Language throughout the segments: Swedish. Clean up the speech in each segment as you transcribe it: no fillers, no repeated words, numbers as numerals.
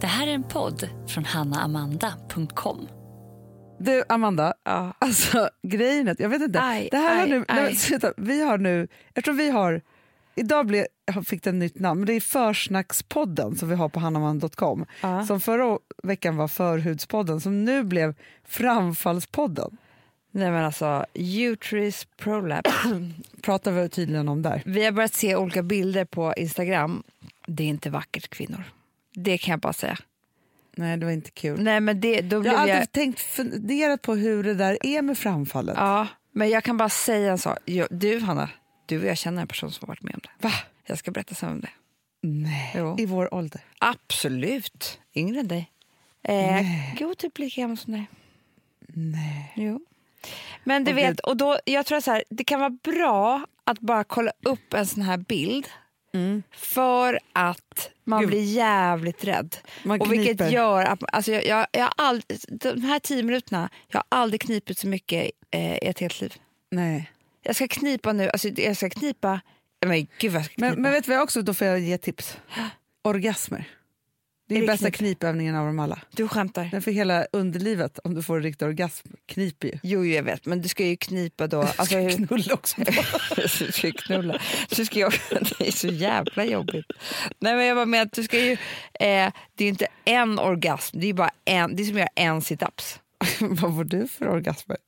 Det här är en podd från hannaamanda.com. Du, Amanda, alltså grejen är, jag vet inte, vi har nu, eftersom vi har, fick det ett nytt namn, men det är Försnackspodden som vi har på hannaamanda.com, som förra veckan var Förhudspodden, som nu blev Framfallspodden. Nej men alltså, Uterus Prolapse pratar vi tydligen om där. Vi har börjat se olika bilder på Instagram. Det är inte vackert, kvinnor. Det kan jag bara säga. Nej, det var inte kul. Nej, men då jag har alltid funderat på hur det där är med framfallet. Ja, men jag kan bara säga en sak. Du, Hanna, du och jag känner en person som har varit med om det. Va? Jag ska berätta sen om det. Nej, i vår ålder? Absolut, yngre än dig. Gå typ lika gammal som dig. Nej. Jo. Men du vet, och då, jag tror så här, det kan vara bra att bara kolla upp en sån här bild. För att man blir jävligt rädd. Och vilket gör att alltså jag de här 10 minuterna, jag har aldrig knipit så mycket i ett helt liv. Nej. Jag ska knipa nu, alltså jag ska knipa. Men gud vad jag ska knipa. Men vet du vad jag också, då får jag ge tips. Orgasmer. Det är bästa knipövningen av dem alla. Du skämtar. Den för hela underlivet, om du får en riktig orgasm, kniper ju. Jo, jag vet, men du ska ju knipa då. Alltså, ska knulla också. Du ska knulla. Du ska ju, det är så jävla jobbigt. Nej, men jag bara med att du ska ju, det är inte en orgasm, det är bara en, det är som att göra en sit-ups. Vad var du för orgasmer?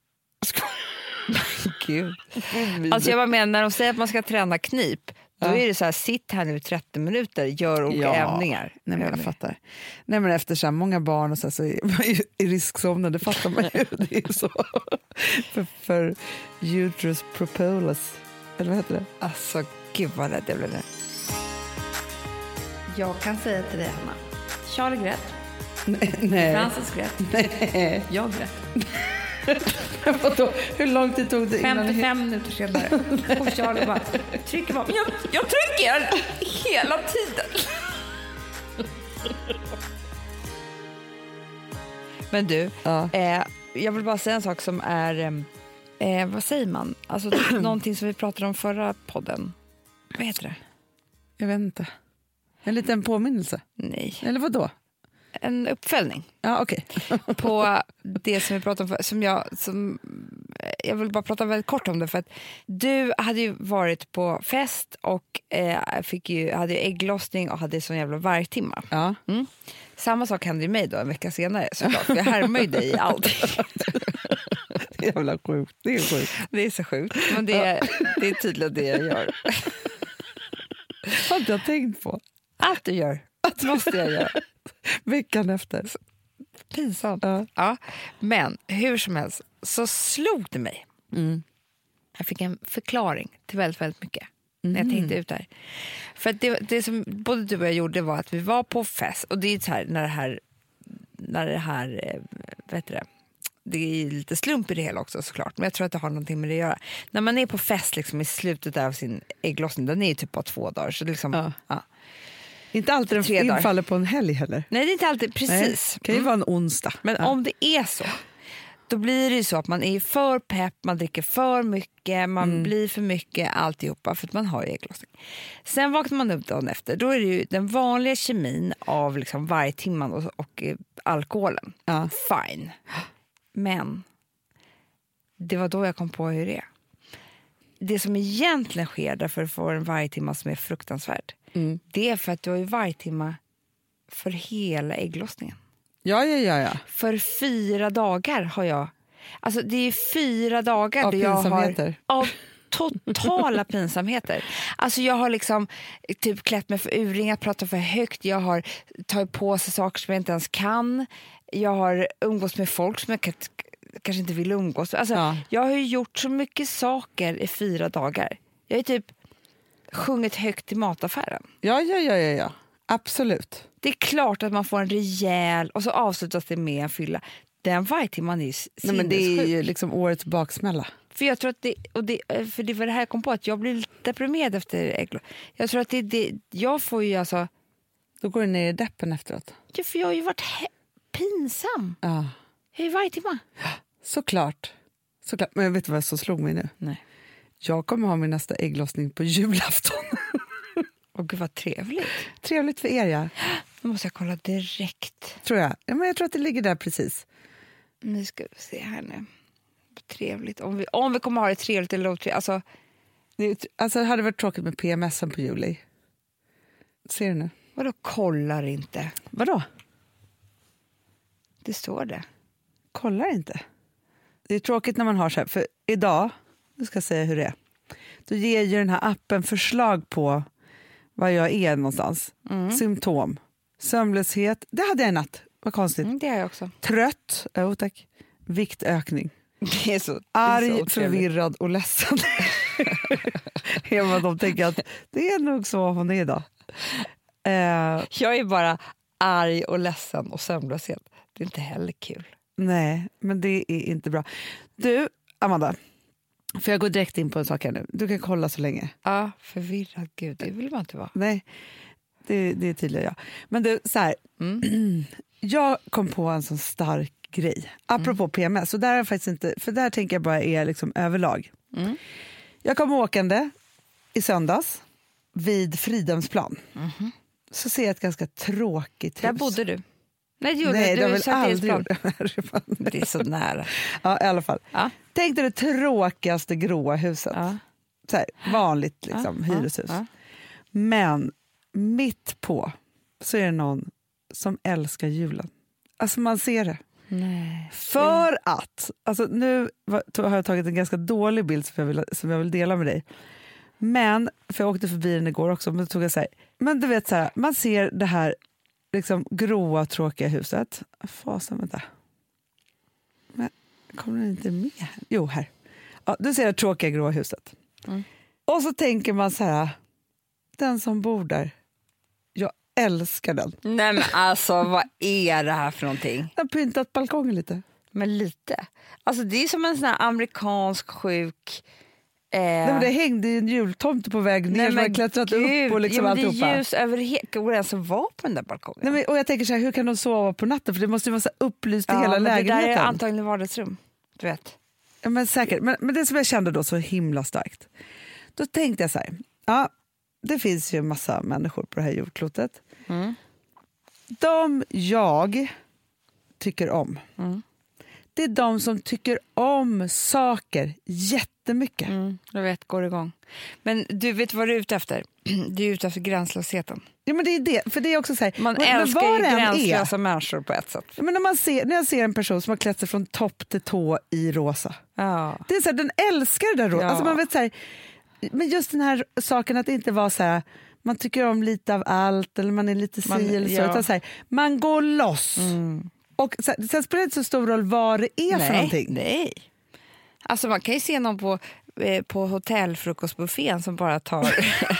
Gud. Alltså jag bara menar, när de säger att man ska träna knip, då är det så här, sitt här nu i 30 minuter, gör olika övningar. Nej, men jag fattar. Nej, men efter så här många barn och så är man ju i riskzonen, det fattar man ju. Det är ju så. för uterus propolis, eller vad heter det? Alltså, gud vad rädd jag blev nu. Jag kan säga till dig, Hanna. Charlie grät. Nej. Frances grät. Nej. Jag grät. Hur lång tid tog det? 55 minuter senare. Och Charlie bara trycker på. Jag trycker hela tiden. Men du, jag vill bara säga en sak som är, vad säger man? Alltså någonting som vi pratade om förra podden. Vad heter det? Jag vet inte. En liten påminnelse? Nej. Eller vad då? En uppföljning. Ja, okej. På det som vi pratade om, som jag vill bara prata väldigt kort om det, för att du hade ju varit på fest och hade ju ägglossning och hade sån jävla värktimma. Ja. Samma sak hände ju mig då en vecka senare, såklart, för jag härmar ju dig i allt. Det är jävla sjukt. Det är sjukt. Det är så sjukt, men det är tydligen det jag gör. Har inte jag tänkt på. Allt du gör måste jag göra. Veckan efter. Pinsamt. Ja. Men hur som helst så slog det mig. Jag fick en förklaring till väldigt, väldigt mycket när jag tänkte ut där. För att det som både du och jag gjorde var att vi var på fest. Och det är så här när det här vet du det är lite slump i det hela också, såklart. Men jag tror att det har någonting med det att göra. När man är på fest liksom i slutet av sin ägglossning, den är ju typ på 2 dagar. Så liksom, Inte alltid den infaller på en helg heller. Nej, det är inte alltid, precis. Det kan ju vara en onsdag. Men om det är så, då blir det ju så att man är för pepp, man dricker för mycket, man blir för mycket alltihopa, för att man har ju ägglossning. Sen vaknar man upp dagen efter, då är det ju den vanliga kemin av liksom varje timman och alkoholen. Fine. Men det var då jag kom på hur det är. Det som egentligen sker därför att få en vargtimma som är fruktansvärd, det är för att du har ju vargtimma för hela ägglossningen. Ja. För 4 dagar har jag. Alltså det är 4 dagar av pinsamheter. Av totala pinsamheter. Alltså jag har liksom typ klätt mig för urringat, pratat för högt. Jag har tagit på sig saker som jag inte ens kan. Jag har umgås med folk som jag kanske inte vill umgås. Alltså jag har ju gjort så mycket saker i 4 dagar. Jag har typ sjungit högt i mataffären. Ja. Absolut. Det är klart att man får en rejäl, och så avslutas det med en fylla. Den vargtimman är sinnessjuk. Nej, men det är ju liksom årets baksmälla. För jag tror att för det var det här jag kom på, att jag blir lite deprimerad efter ägglossning. Jag tror att jag får ju alltså. Då går du ner i deppen efteråt. Ja, för jag har ju varit pinsam. Ja. Jag är vargtimma. Såklart. Men vet du vad som slog mig nu? Nej. Jag kommer ha min nästa ägglossning på julafton. Åh gud vad trevligt. Trevligt för er, ja. Nu måste jag kolla direkt. Tror jag. Ja, men jag tror att det ligger där precis. Nu ska vi se här nu. Trevligt. Om vi kommer ha det trevligt eller otrevligt. Alltså det hade varit tråkigt med PMSen på juli. Ser du nu? Vadå kollar inte? Vadå? Det står det. Kollar inte. Det är tråkigt när man har så här. För idag, nu ska jag säga hur det är. Då ger ju den här appen förslag på vad jag är någonstans. Symptom. Sömnlöshet. Det hade jag i natt. Vad konstigt. Det har jag också. Trött. Tack. Viktökning. Det är så, arg, det är så förvirrad och ledsen. De tänker att det är nog så hon är idag. Jag är bara arg och ledsen och sömnlöshet. Det är inte heller kul. Nej, men det är inte bra. Du, Amanda, för jag går direkt in på en sak här nu. Du kan kolla så länge. Ja, förvirrad. Gud, det vill man inte vara. Nej, det är tydligt jag. Men du, så här. Jag kom på en sån stark grej. Apropå PMS, så där är faktiskt inte, för där tänker jag bara är liksom överlag. Jag kom åkande i söndags vid Fridhemsplan. Så ser jag ett ganska tråkigt hus. Där bodde du? Nej, det har väl aldrig gjort. Det är så nära. Ja, i alla fall. Ja. Tänk dig det tråkigaste gråa huset. Ja. Så här, vanligt liksom, hyreshus. Ja. Men mitt på så är det någon som älskar julen. Alltså man ser det. Nej. För att, alltså nu har jag tagit en ganska dålig bild som jag vill dela med dig. Men, för jag åkte förbi den igår också, men då tog jag så här, men du vet så här, man ser det här liksom gråa tråkiga huset. Fasen, vänta. Men kommer den inte med här? Jo, här. Ja, du ser det tråkiga gråa huset. Och så tänker man så här, den som bor där, jag älskar den. Nej men alltså, vad är det här för någonting? Jag har pyntat balkongen lite. Men lite. Alltså det är som en sån här amerikansk sjuk... Nej, men det hängde ju en jultomte på väg ner. Nej, som har klättrat upp och liksom alltihopa. Det är ljus över går det som var på den där balkongen. Nej, men, och jag tänker så här, hur kan de sova på natten? För det måste ju vara så upplyst i hela lägenheten. Det där är antagligen vardagsrum, du vet. Ja, men säkert. Men det som jag kände då så himla starkt. Då tänkte jag så här, ja, det finns ju en massa människor på det här jordklotet. De jag tycker om. Det är de som tycker om saker jättemycket. Jag vet, går igång. Men du vet vad du är ute efter? Du är ute efter gränslösheten. Ja, men det är det. För det är också så här, man älskar ju gränslösa människor på ett sätt. Ja, men när jag ser en person som har klätt sig från topp till tå i rosa. Ja. Det är så här, den älskar det där rosa. Ja. Alltså man vet så här, men just den här saken att inte vara så här, man tycker om lite av allt eller man är lite si eller så. Utan så här, man går loss. Och sen spelar det inte så stor roll vad det är för någonting. Nej. Alltså man kan ju se någon på hotellfrukostbuffén som bara tar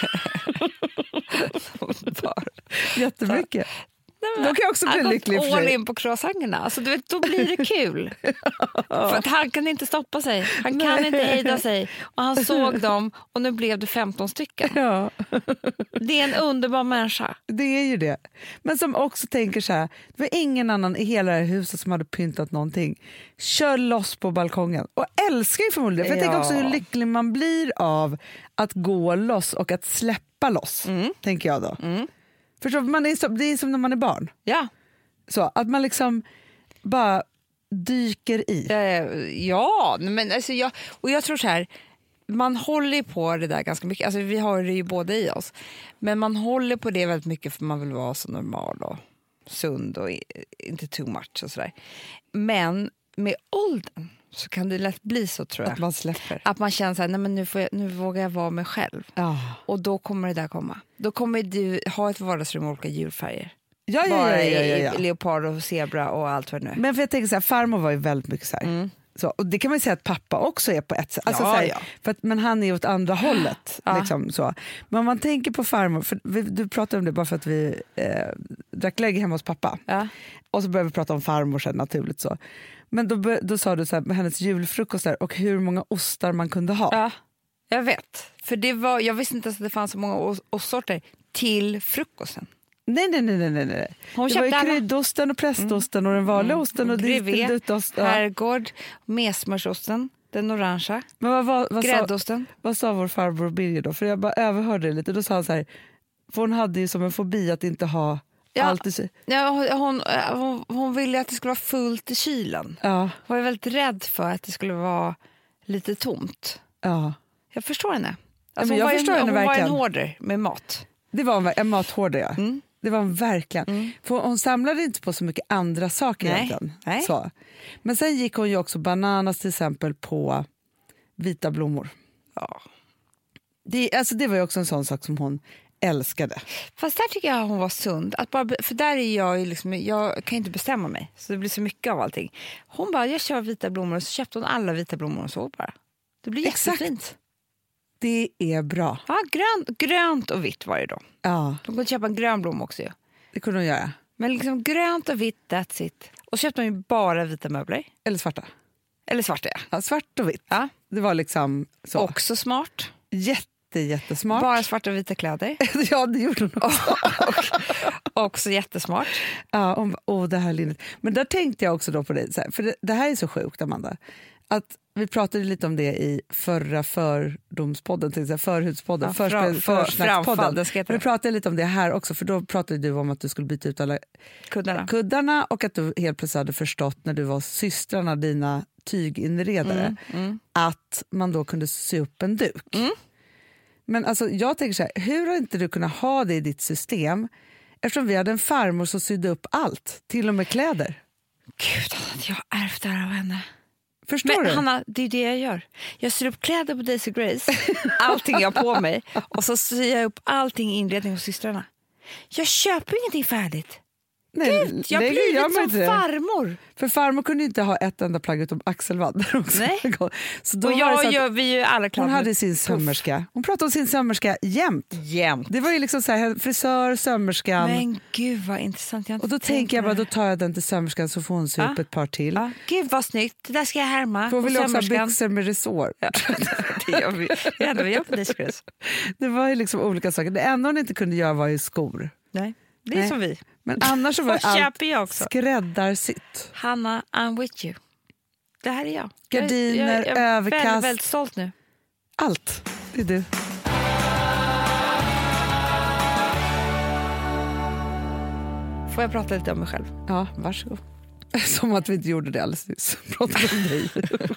jättemycket. Då kan jag också bli lycklig för all in på croissangerna. Alltså, du vet, då blir det kul. För att han kan inte stoppa sig. Han kan inte hejda sig. Och han såg dem och nu blev det 15 stycken. Ja. Det är en underbar människa. Det är ju det. Men som också tänker så här, det var ingen annan i hela det här huset som hade pyntat någonting. Kör loss på balkongen. Och älskar ju förmodligen. För jag tänker också hur lycklig man blir av att gå loss och att släppa loss. Tänker jag då. Förstår, det är som när man är barn. Ja. Så att man liksom bara dyker i. Ja, men alltså jag tror så här, man håller på det där ganska mycket. Alltså vi har det ju både i oss. Men man håller på det väldigt mycket för man vill vara så normal och sund och inte too much och sådär. Men med åldern så kan det lätt bli så, tror jag. Att man släpper. Att man känner så här, nej men nu vågar jag vara mig själv. Och då kommer det där komma. Då kommer du ha ett vardagsrum med olika djurfärger. Ja. Leopard och zebra och allt vad det nu är. Men för jag tänker så här, farmor var ju väldigt mycket så här. Så, och det kan man ju säga att pappa också är på ett sätt. Alltså, men han är åt andra hållet. Liksom, så. Men om man tänker på farmor, för du pratade om det bara för att vi drack lägg hemma hos pappa. Ja. Och så började vi prata om farmor sen, naturligt så. Men då sa du så här, med hennes julfrukostar och hur många ostar man kunde ha. Ja, jag vet. För jag visste inte att det fanns så många ostsorter till frukosten. Nej. Det var ju kryddosten och prästosten och den vanliga osten och disteldutost. Herrgård, mesmörsosten, den orangea, men gräddosten. Vad sa vår farbror Birger då? För jag bara överhörde det lite. Då sa han så här, för hon hade ju som en fobi att inte ha Hon ville att det skulle vara fullt i kylen. Ja. Hon var väldigt rädd för att det skulle vara lite tomt. Ja. Jag förstår henne. Alltså, hon var en hoarder med mat. Det var en mathoarder, ja. Mm. Det var hon verkligen. För hon samlade inte på så mycket andra saker egentligen. Nej. Så. Men sen gick hon ju också bananas till exempel på vita blommor. Ja. Det var ju också en sån sak som hon älskade. Fast där tycker jag hon var sund. För där är jag ju liksom, jag kan inte bestämma mig. Så det blir så mycket av allting. Hon bara, jag kör vita blommor, och så köpte hon alla vita blommor och så bara. Det blir jättefint. Det är bra. Ja, grönt och vitt var det då. Ja. De kunde köpa en grön blom också ju. Det kunde hon göra. Men liksom grönt och vitt, that's it. Och så köpte de ju bara vita möbler. Eller svarta. Eller svarta, ja. Svart och vitt. Ja. Det var liksom så. Också smart. Jättesmart. Bara svarta och vita kläder. Ja, det gjorde hon också. Också jättesmart. Ja, det här linnet. Men där tänkte jag också då på det. Så här, för det här är så sjukt, Amanda. Att vi pratade lite om det i förra fördomspodden, till exempel, förhudspodden, försnackspodden. Vi pratade lite om det här också, för då pratade du om att du skulle byta ut alla kuddarna och att du helt plötsligt hade förstått när du var systrarna, dina tyginredare, att man då kunde sy upp en duk. Men alltså, jag tänker så här, hur har inte du kunnat ha det i ditt system, eftersom vi hade en farmor som sydde upp allt, till och med kläder? Gud, jag har ärvt det här av henne. Förstår du? Hanna, det är det jag gör. Jag syr upp kläder på Daisy Grace, allting jag har på mig, och så syr jag upp allting i inredning hos systrarna. Jag köper ingenting färdigt. Nej, Gud, jag blir som farmor. För farmor kunde inte ha ett enda plagg utom axelvaddar också. Nej. Så då och vi ju alla hon hade sin sömmerska. Hon pratade om sin sömmerska jämt. Det var ju liksom så här, frisör, sömmerskan. Men gud vad intressant. Och då tänker jag bara, då tar jag den till sömmerskan så får hon sy upp ett par till. Ja. Gud vad snyggt, det där ska jag härma. Får vi också ha byxor med resår. Ja. Det gör vi. Det gör på Discreet. Det var ju liksom olika saker. Det enda hon inte kunde göra var ju skor. Nej, det är som vi. Men annars så var allt skräddarsytt. Hanna, I'm with you. Det här är jag. Gardiner, jag är överkast. väldigt stolt nu. Allt, det är du. Får jag prata lite om mig själv? Ja, varsågod. Som att vi inte gjorde det alldeles nyss. Pratade om dig.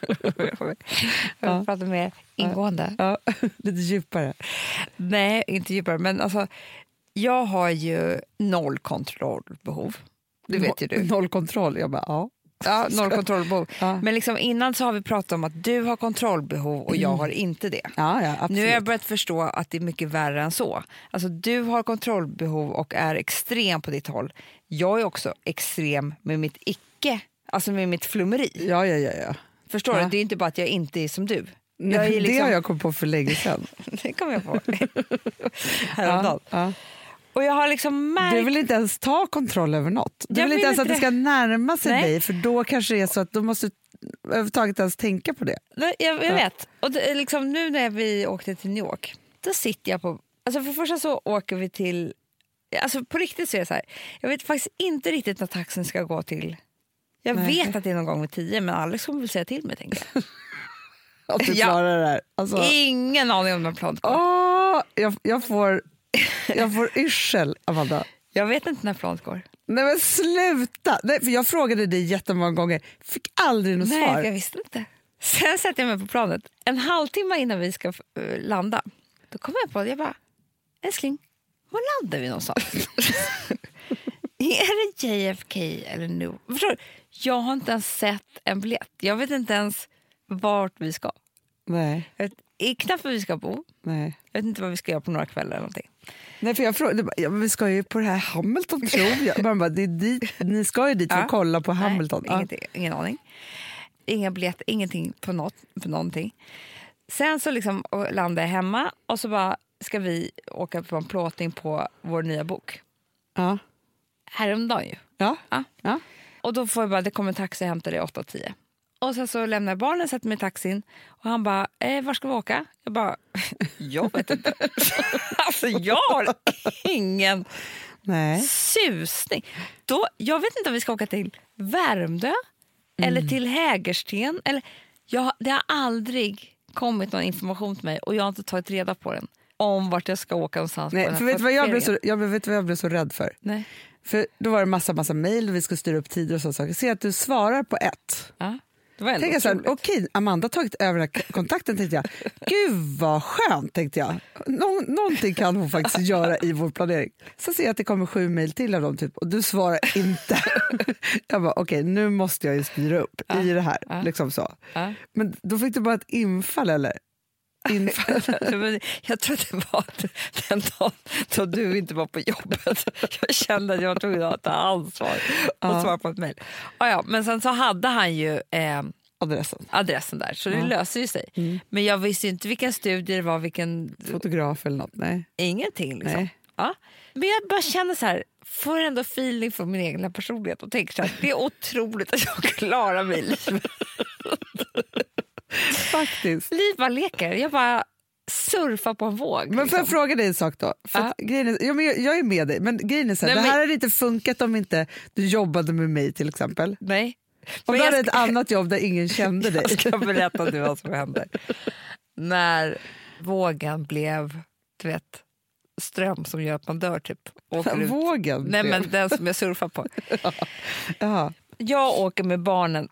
Jag pratar mer ingående. Ja, lite djupare. Nej, inte djupare. Men alltså, jag har ju 0 kontrollbehov. Det vet ju du. 0 kontroll, jag bara Ja, 0 kontrollbehov. Ja. Men liksom innan så har vi pratat om att du har kontrollbehov och jag har inte det. Ja, absolut. Nu har jag börjat förstå att det är mycket värre än så. Alltså du har kontrollbehov och är extrem på ditt håll. Jag är också extrem med mitt alltså med mitt flummeri. Ja. Förstår du? Det är inte bara att jag inte är som du. Jag är liksom... Det har jag kommit på för länge sedan. Det kom jag på. Häromdagen. Ja. Och jag har liksom märkt... Du vill inte ens ta kontroll över något. Du vill inte ens att det ska närma sig dig, för då kanske det är så att du måste överhuvudtaget ens tänka på det. Jag vet. Och det, liksom, nu när vi åkte till New York, då sitter jag på... Alltså för första så åker vi till... Alltså på riktigt så är det så här. Jag vet faktiskt inte riktigt när taxin ska gå till. Jag vet att det är någon gång med 10, men Alex kommer väl säga till mig, tänker jag. Att du klarar det här. Alltså... Ingen aning om när planet går. Jag får yrsel, Amanda. Jag vet inte när planet går. Nej men sluta! Nej, för jag frågade dig jättemånga gånger. Fick aldrig något svar. Nej, jag visste inte. Sen sätter jag mig på planet. En halvtimme innan vi ska landa. Då kommer jag på det. Jag bara, älskling, var landar vi någonstans? Är det JFK eller nu? Förstår du? Jag har inte ens sett en biljett. Jag vet inte ens vart vi ska. Nej. Jag vet knappt var vi ska bo. Nej. Jag vet inte vad vi ska göra på några kvällar eller någonting. Nej, för jag frågade, vi ska ju på det här Hamilton, tror jag. Man bara, det är dit, ni ska ju dit för att kolla på Hamilton. Nej, ingen aning. Inga biljetter, ingenting på någonting. Sen så liksom landade jag hemma och så bara ska vi åka på en plåtning på vår nya bok. Ja. Häromdagen ju. Ja. Och då får jag bara, det kommer en taxi och hämtar det 8:10. Och sen så lämnar jag barnen, sätter mig i taxin och han bara, var ska vi åka? Jag bara, jag vet inte. Alltså jag har ingen susning. Jag vet inte om vi ska åka till Värmdö eller till Hägersten. Eller, det har aldrig kommit någon information till mig och jag har inte tagit reda på den. Om vart jag ska åka någonstans. Nej, för vet du vad jag blev så rädd för? Nej. För då var det massa mejl och vi skulle styra upp tider och så saker. Se att du svarar på ett. Ja, det var ändå tänkte jag okej, Amanda har tagit över den här kontakten, tänkte jag. Gud vad skönt, tänkte jag. Någonting kan hon faktiskt göra i vår planering. Så ser jag att det kommer 7 mejl till av dem typ, och du svarar inte. Jag bara okej, nu måste jag ju styra upp i det här. Liksom så. Men då fick du bara ett infall, eller? Jag tror att det var den dagen då du inte var på jobbet. Jag kände att jag var tvungen att ta ansvar och svara på ett mejl. Ja, men sen så hade han ju adressen där, så det löser ju sig. Men jag visste inte vilken studie det var, vilken fotograf eller något. Nej. Ingenting liksom. Ja. Men jag bara känner så här, får ändå feeling för min egen personlighet och tänker så här, det är otroligt att jag klarar mig i livet. Faktiskt. Liv bara leker. Jag bara surfar på en våg. Men får jag fråga dig en sak då? För grejen är, men jag är med dig, men grejen är så här, det här hade inte funkat om inte du jobbade med mig till exempel. Nej. Om du hade ett annat jobb där ingen kände dig. Jag ska berätta nu vad som hände. När vågen blev, du vet, ström som gör att man dör typ. Vågen? Nej, men den som jag surfar på. Ja. Jag åker med barnen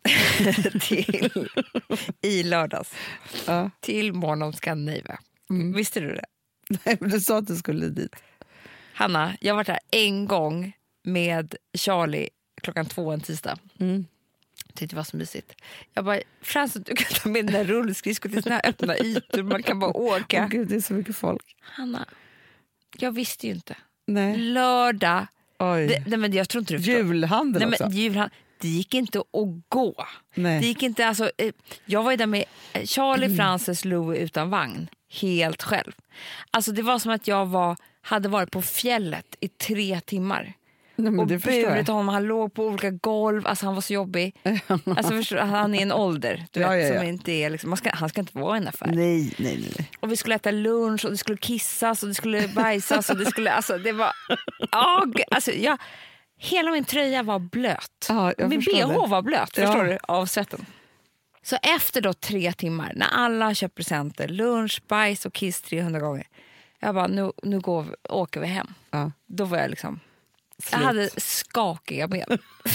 i lördags till Morgon om Scandinavia. Visste du det? Nej, men du sa att du skulle dit. Hanna, jag har varit här en gång med Charlie 2:00 en tisdag. Tyckte det var så mysigt. Jag bara, Frans, du kan ta med den där rullskridskor till såna här öppna ytor. Man kan bara åka. Gud, det är så mycket folk. Hanna, jag visste ju inte. Nej. Lördag. Oj. Nej, men jag tror inte du förstår. Julhandel också. Men julhandel. Det gick inte att gå. Nej. Det gick inte, alltså, jag var ju där med Charlie, Frances, Louie utan vagn. Helt själv. Alltså det var som att jag hade varit på fjället i 3 timmar. Nej, och burit honom, han låg på olika golv, alltså han var så jobbig. Alltså förstår, han är en ålder, du vet, som inte är liksom, han ska inte vara i en affär. Nej. Och vi skulle äta lunch och det skulle kissas och det skulle bajsas och det skulle, alltså det var alltså hela min tröja var blöt. Min BH var blöt, förstår du, av svetten. Så efter då 3 timmar, när alla har köpt presenter, lunch, bajs och kiss 300 gånger. Jag bara, nu åker vi hem. Då var jag liksom, jag hade skakiga ben.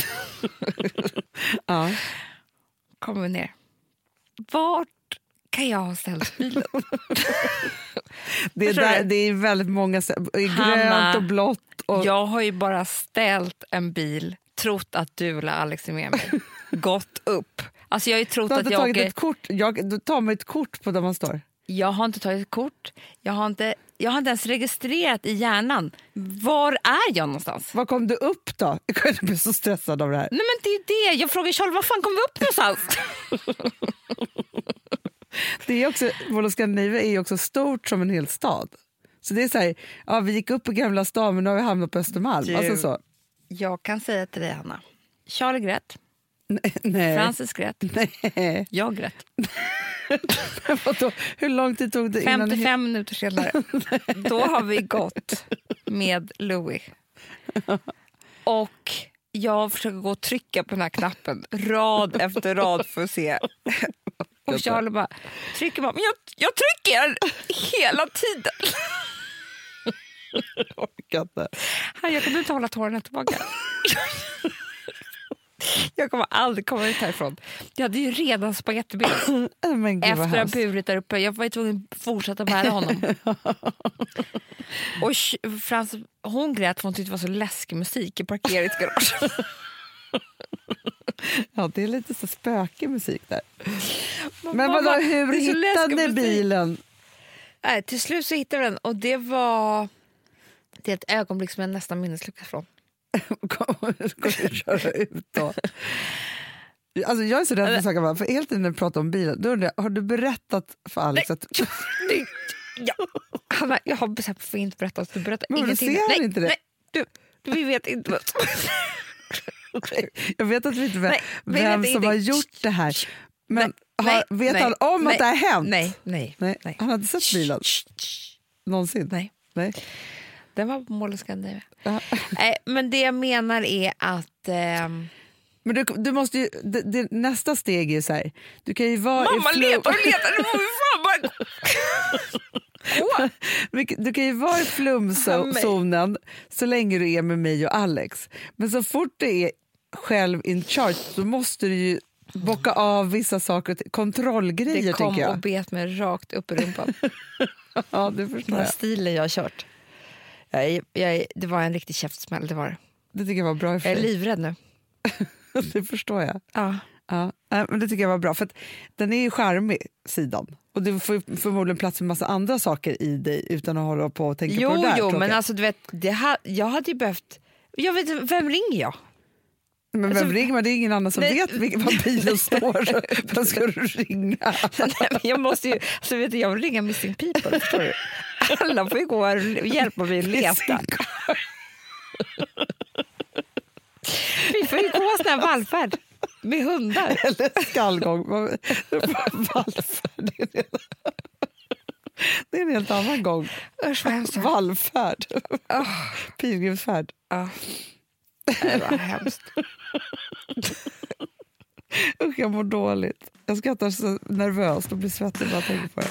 Kommer vi ner. Vart kan jag ha ställt bilen? Det är väldigt många, grönt och blått. Och... Jag har ju bara ställt en bil, trott att du eller Alex är med mig. Gått upp. Alltså jag har ju trott att jag tagit ett kort. Du tar mig ett kort på där man står. Jag har inte tagit ett kort. Jag har inte ens registrerat i hjärnan. Var är jag någonstans? Var kom du upp då? Jag kan inte bli så stressad av det här. Nej, men det är det. Jag frågar Charlie, var fan kom vi upp någonstans? Det är också, Mall of Scandinavia är ju också stort som en hel stad. Så det är så här, vi gick upp på Gamla stan men nu har vi hamnat på Östermalm. Alltså så. Jag kan säga till dig, Hanna. Charlie grät. Nej. Frances grät. Nej. Jag grät. Hur lång tid tog det 55 minuter senare. Då har vi gått med Louis. Och jag försöker gå och trycka på den här knappen rad efter rad för att se. Och Charlie bara trycker bara, men jag trycker hela tiden. Jag kommer inte hålla tårarna tillbaka. Jag kommer aldrig komma ut härifrån. Jag hade ju redan spagettiben efter att ha burit där uppe. Jag var ju tvungen att fortsätta bära honom. Och Frans, hon grät för hon tyckte det var så läskig musik i parkeringsgarage. Ja, det är lite så spökig musik där. Men vadå, hur hittade ni bilen? Nej, till slut så hittade vi den och det var ett ögonblick som jag nästan minneslyckas från. Ska du köra ut då? Alltså jag är så rädd för saker, för helt när du pratar om bilen, då undrar jag, har du berättat för Alex att... Ja. Hanna, jag har bestämt för att inte berätta att du berättar men ingenting. Nej, inte det. Nej, vi vet inte vad. Okay. Jag vet att vi inte vet vem som har gjort det här. Men vet han om att det har hänt? Nej. Han hade sett bilen? Någonsin? Nej. Den var på Mall of Scandinavia. Men det jag menar är att... Men du måste ju... nästa steg är så här... Du kan ju vara mamma letar, nu får vi fan bara... Du kan ju vara i flumzonen så länge du är med mig och Alex. Men så fort det är själv in charge så måste du ju bocka av vissa saker, kontrollgrejer tycker jag. Det kom och bet mig rakt upp i rumpan. Ja, det förstår jag. Stilen jag har kört. Det var en riktig käftsmäll, det var. Det tycker jag var bra. Jag är livrädd nu. Det förstår jag. Ja. Ja, men det tycker jag var bra, för att den är ju charmig, sidan. Och du får förmodligen plats med massa andra saker i dig utan att hålla på och tänka på det där. Jo, men alltså du vet, jag hade ju behövt... Jag vet, vem ringer jag? Men vem ringer man? Det är ingen annan som vet var bilen står. Vem ska du ringa? Jag måste ju... Alltså vet du, jag vill ringa Missing People, förstår du? Alla får ju gå och hjälpa mig att leta. Vi får ju gå sån här vallfärd med hundar. Eller skallgång. Det är en helt annan gång. Vallfärd. Pilgrimsfärd. Det var hemskt. Usch, jag mår dåligt. Jag skrattar så nervöst och blir svettig bara tänker på det.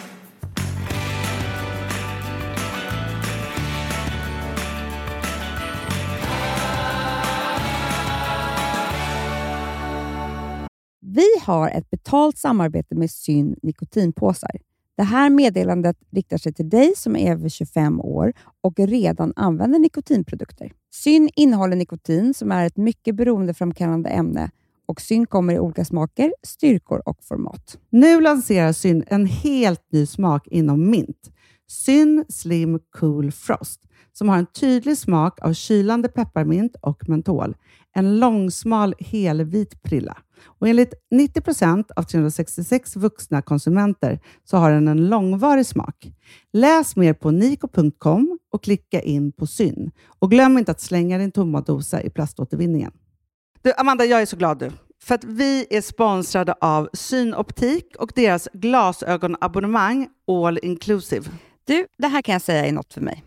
Vi har ett betalt samarbete med Syn nikotinpåsar. Det här meddelandet riktar sig till dig som är över 25 år och redan använder nikotinprodukter. Syn innehåller nikotin som är ett mycket beroendeframkallande ämne och Syn kommer i olika smaker, styrkor och format. Nu lanserar Syn en helt ny smak inom mint. Syn Slim Cool Frost som har en tydlig smak av kylande pepparmint och mentol. En långsmal helvit prilla. Och enligt 90% av 366 vuxna konsumenter så har den en långvarig smak. Läs mer på niko.com och klicka in på Syn. Och glöm inte att slänga din tomma dosa i plaståtervinningen. Du, Amanda, jag är så glad du. För att vi är sponsrade av Synoptik och deras glasögonabonnemang All Inclusive. Du, det här kan jag säga är något för mig.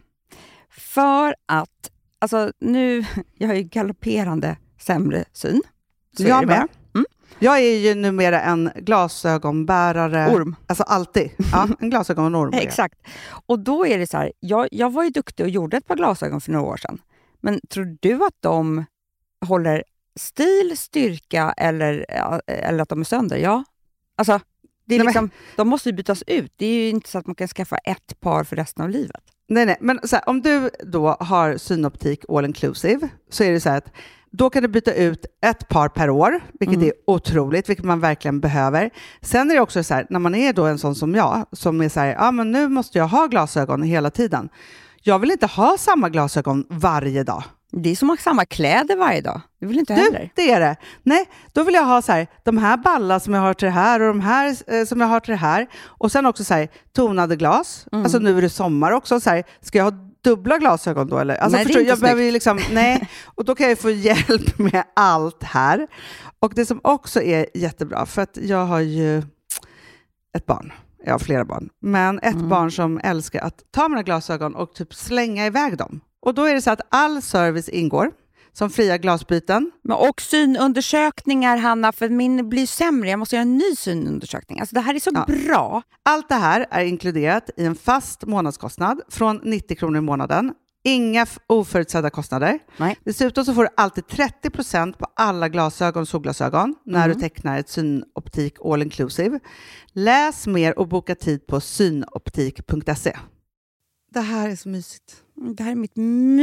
För att, alltså nu, jag har ju galopperande sämre syn. Så jag är med. Jag är ju numera en glasögonbärare. Orm. Alltså alltid. Ja, en glasögonorm. Exakt. Och då är det så här, jag var ju duktig och gjorde ett par glasögon för några år sedan. Men tror du att de håller stil, styrka eller att de är sönder? Ja. Alltså, det är liksom, de måste ju bytas ut. Det är ju inte så att man kan skaffa ett par för resten av livet. Nej. Men så här, om du då har Synoptik All Inclusive så är det så här att då kan du byta ut ett par per år, vilket är otroligt, vilket man verkligen behöver. Sen är det också så här, när man är då en sån som jag, som är så här, men nu måste jag ha glasögon hela tiden. Jag vill inte ha samma glasögon varje dag. Det är som att ha samma kläder varje dag. Det vill inte heller. Det är det. Nej, då vill jag ha så här, de här ballar som jag har till det här och de här som jag har till det här. Och sen också så här, tonade glas. Alltså nu är det sommar också. Så här, ska jag ha dubbla glasögon då? Eller? Alltså, nej, jag behöver ju liksom, nej. Och då kan jag få hjälp med allt här. Och det som också är jättebra, för att jag har ju ett barn. Jag har flera barn. Men ett barn som älskar att ta mina glasögon och typ slänga iväg dem. Och då är det så att all service ingår. Som fria glasbyten. Men och synundersökningar, Hanna, för min blir sämre. Jag måste göra en ny synundersökning. Alltså det här är så bra. Allt det här är inkluderat i en fast månadskostnad från 90 kronor i månaden. Inga oförutsedda kostnader. Nej. Dessutom så får du alltid 30% på alla glasögon och solglasögon när du tecknar ett Synoptik All Inclusive. Läs mer och boka tid på synoptik.se. Det här är så mysigt. Det här är mitt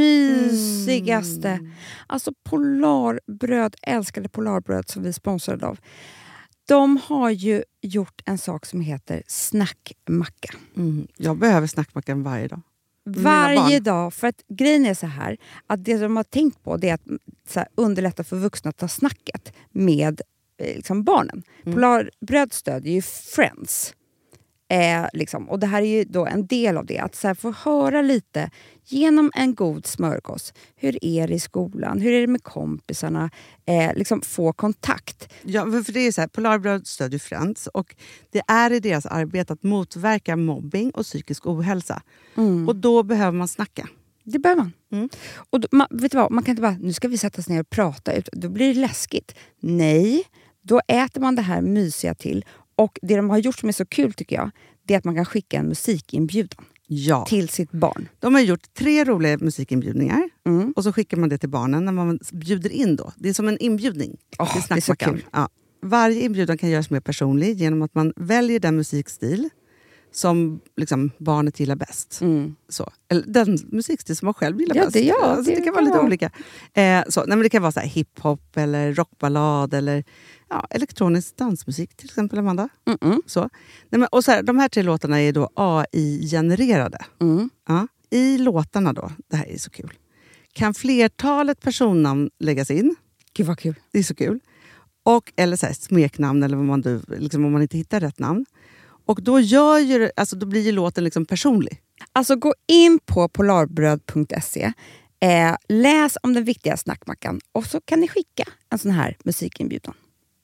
mysigaste. Alltså Polarbröd, älskade Polarbröd som vi sponsrade av. De har ju gjort en sak som heter snackmacka. Jag behöver snackmackan varje dag. Varje dag. För att grejen är så här, att det de har tänkt på det är att så här, underlätta för vuxna att ta snacket med liksom barnen. Polarbröd stödjer ju Friends. Liksom. Och det här är ju då en del av det. Att så här, få höra lite genom en god smörgås. Hur är det i skolan? Hur är det med kompisarna? Liksom få kontakt. Ja, för det är så här, Polarbröd stödjer Friends. Och det är i deras arbete att motverka mobbing och psykisk ohälsa. Och då behöver man snacka. Det behöver man. Och då, vet du vad? Man kan inte bara, nu ska vi sätta oss ner och prata ut. Då blir det läskigt. Nej, då äter man det här mysiga till. Och det de har gjort som är så kul tycker jag, det är att man kan skicka en musikinbjudan. till sitt barn. De har gjort 3 roliga musikinbjudningar och så skickar man det till barnen när man bjuder in då. Det är som en inbjudning till Snackmackan. Ja. Varje inbjudan kan göras mer personlig genom att man väljer den musikstil som liksom barnet gillar bäst. Så. Eller den musikstil som man själv gillar bäst. Det kan vara lite olika. Det kan vara så här hiphop eller rockballad eller elektronisk dansmusik till exempel, Amanda. Så. Och så här, de här 3 låtarna är då AI-genererade. Ja. I låtarna då, det här är så kul, kan flertalet personnamn läggas in. Gud vad kul. Det är så kul. Eller så här, smeknamn eller vad man, liksom, om man inte hittar rätt namn. Och då, då blir ju låten liksom personlig. Alltså gå in på polarbröd.se, läs om den viktiga snackmackan och så kan ni skicka en sån här musikinbjudan.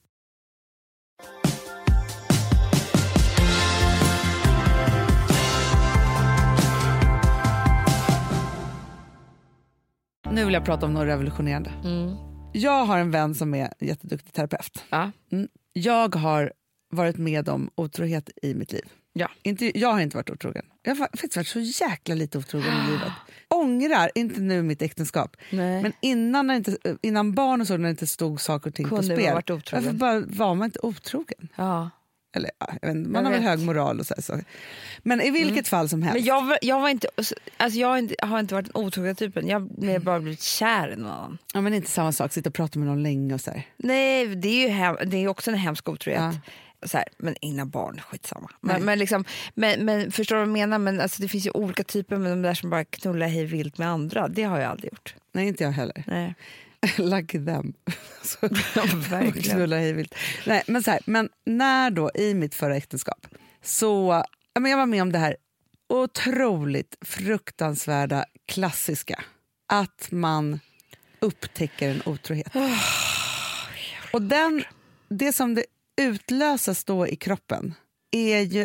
Nu vill jag prata om något revolutionerande. Jag har en vän som är jätteduktig terapeut. Jag har varit med om otrohet i mitt liv. Jag har inte varit otrogen. Jag har faktiskt varit så jäkla lite otrogen i livet. Ångrar, inte nu mitt äktenskap. Nej. Men innan barn och så, när det inte stod saker och ting på spel. Varför bara var man inte otrogen? Ja. Eller, man har väl hög moral och så. Men i vilket fall som helst. Men jag var inte, alltså jag har inte varit den otrogna typen. Jag har bara blivit kär i någon annan. Ja, men inte samma sak, sitta och prata med någon länge och så här. Nej, det är ju också en hemsk otrohet. Så här, men innan barn, skitsamma. Men förstår du vad jag menar? Men alltså, det finns ju olika typer, men de där som bara knullar hej vilt med andra, det har jag aldrig gjort. Nej, inte jag heller. Nej. Lucky them. Knulla hej vilt. Nej, men så här, men när då i mitt förra äktenskap så jag var med om det här otroligt fruktansvärda klassiska, att man upptäcker en otrohet. Och det som det utlösas då i kroppen är ju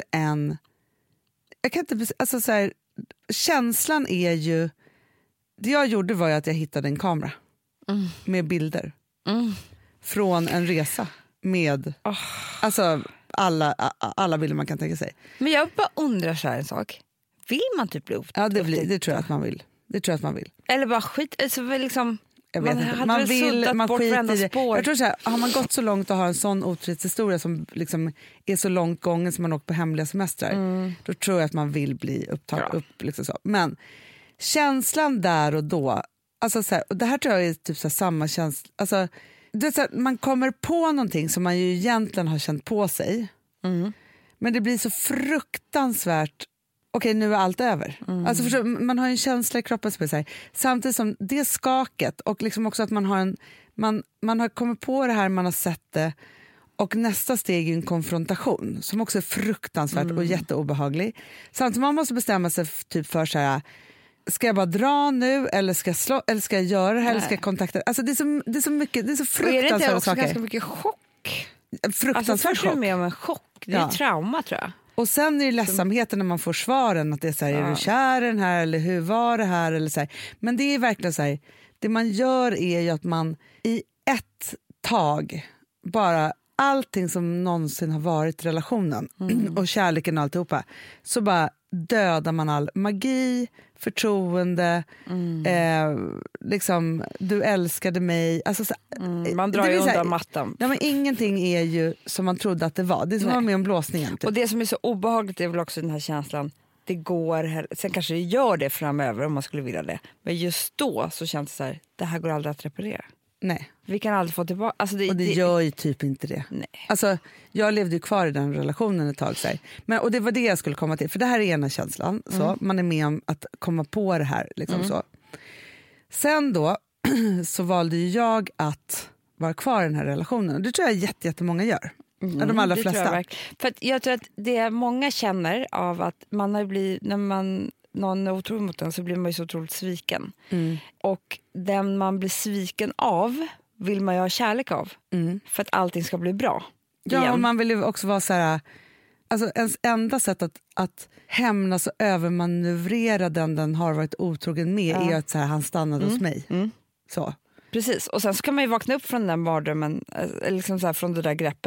känslan är ju, det jag gjorde var ju att jag hittade en kamera med bilder från en resa med alltså alla bilder man kan tänka sig. Men jag bara undrar så här en sak. Vill man typ bli upptäckt? Ja, det tror jag att man vill. Det tror jag att man vill. Eller bara skit, alltså liksom jag vet inte. Man vill, man skiter i det. Jag tror så här, har man gått så långt och har en sån otrohetshistoria som liksom är så långt gången som man åker på hemliga semestrar, då tror jag att man vill bli upp liksom så. Men känslan där och då, alltså så här, och det här tror jag är typ så här, samma känsla, alltså det är så här, man kommer på någonting som man ju egentligen har känt på sig, men det blir så fruktansvärt. Okej, nu är allt över. Alltså förstå, man har en känsla i kroppen som är så här, samtidigt som det skaket och liksom också att man har kommit på det här, man har sett det, och nästa steg är en konfrontation som också är fruktansvärt och jätteobehaglig. Samtidigt man måste bestämma sig typ för så här, ska jag bara dra nu eller ska jag slå, eller ska jag göra det här, eller ska jag kontakta? Alltså det är så mycket, det är så fruktansvärda saker. Är det inte också ganska mycket chock? Fruktansvärt chock. Med om en chock, det är trauma tror jag. Och sen är det ledsamheten när man får svaren, att det är så här, är du kär i den här, eller hur var det här, eller så här. Men det är verkligen så här, det man gör är ju att man i ett tag bara allting som någonsin har varit relationen och kärleken och alltihopa, så bara dödar man all magi, förtroende, liksom, du älskade mig, alltså, man drar ju undan mattan. Ja, men ingenting är ju som man trodde att det var. Det är som var med om blåsningen typ. Och det som är så obehagligt är väl också den här känslan, det går, sen kanske det gör det framöver om man skulle vilja det, men just då så känns det så här, det här går aldrig att reparera. Nej. Vi kan aldrig få tillbaka, alltså och det gör ju typ inte det. Nej. Alltså, jag levde ju kvar i den relationen ett tag så här. Men, och det var det jag skulle komma till, för det här är ena känslan, så man är med om att komma på det här liksom så. Sen då så valde ju jag att vara kvar i den här relationen, och det tror jag jättemånga gör. De allra flesta. För att jag tror att det många känner av att man har blivit, när någon är otrolig mot den, så blir man ju så otroligt sviken. Och den man blir sviken av vill man ju ha kärlek av. För att allting ska bli bra. Ja, och man vill ju också vara så här, alltså ens enda sätt att hämnas och övermanövrera den har varit otrogen med är att så här, han stannade hos mig. Så. Precis, och sen så kan man ju vakna upp från den mardrömmen, liksom så här, från det där greppet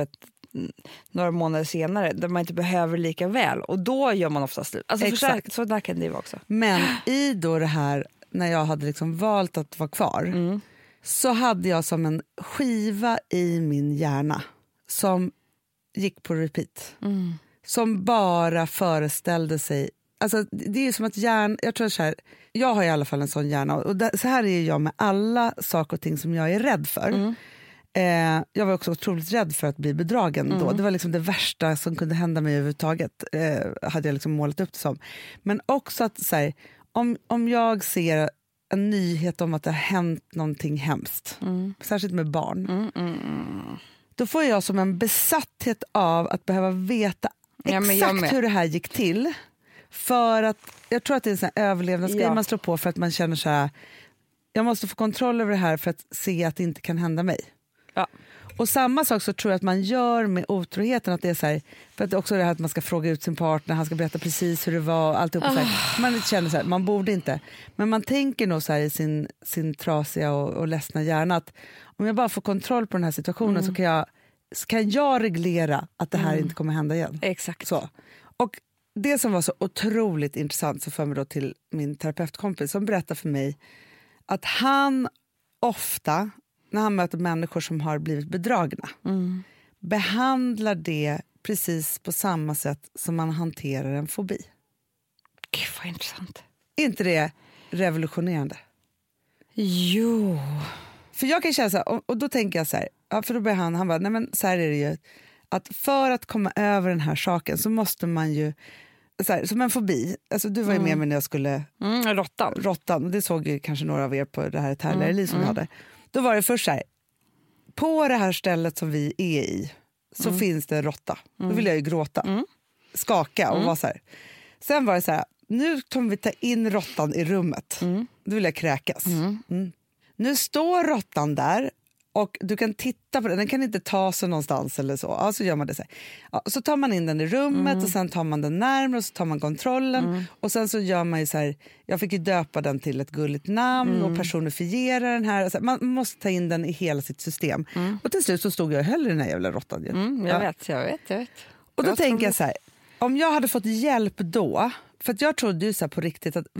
några månader senare där man inte behöver lika väl. Och då gör man ofta slut. Alltså Exakt. Så där kan det vara också. Men i då det här, när jag hade liksom valt att vara kvar, så hade jag som en skiva i min hjärna som gick på repeat. Som bara föreställde sig. Alltså, det är som att jag tror så här, jag har i alla fall en sån hjärna, och så här är jag med alla saker och ting som jag är rädd för. Jag var också otroligt rädd för att bli bedragen då. Det var liksom det värsta som kunde hända mig överhuvudtaget, hade jag liksom målat upp det som. Men också att så här, om jag ser en nyhet om att det har hänt någonting hemskt, särskilt med barn, då får jag som en besatthet av att behöva veta exakt hur det här gick till. För att jag tror att det är en sån här överlevnadsgrej man slår på, för att man känner så här, jag måste få kontroll över det här för att se att det inte kan hända mig. Ja. Och samma sak så tror jag att man gör med otroheten, att det är så här, för att också det här att man ska fråga ut sin partner, han ska berätta precis hur det var, alltihop så här. Man känner så här, man borde inte, men man tänker nog så här i sin trasiga och ledsna hjärna, att om jag bara får kontroll på den här situationen så kan jag reglera att det här inte kommer hända igen. Exakt. Så. Och det som var så otroligt intressant, så för mig då till min terapeutkompis som berättar för mig att han ofta, när han möter människor som har blivit bedragna, behandlar det precis på samma sätt som man hanterar en fobi. Gud vad intressant. Inte det revolutionerande? Jo. För jag kan känna så här, och då tänker jag så här, ja, för då börjar han bara, nej men så här är det ju, att för att komma över den här saken så måste man ju, så här, som en fobi, alltså du var ju med mig när jag skulle råttan, och det såg ju kanske några av er på det här ett härligare liv som jag hade. Då var det först så här, på det här stället som vi är i så finns det en råtta. Då vill jag ju gråta, skaka och vara så här. Sen var det så här, nu kommer vi ta in råttan i rummet. Då vill jag kräkas. Nu står råttan där och du kan titta på den kan inte ta sig någonstans eller så. Ja, så gör man det så här. Ja, så tar man in den i rummet och sen tar man den närmare och så tar man kontrollen och sen så gör man ju så här, jag fick ju döpa den till ett gulligt namn och personifiera den här. Alltså, man måste ta in den i hela sitt system. Och till slut så stod jag hellre i den här jävla råttan. Jag vet. Och då tänker jag så här, om jag hade fått hjälp då, för att jag trodde ju så här på riktigt att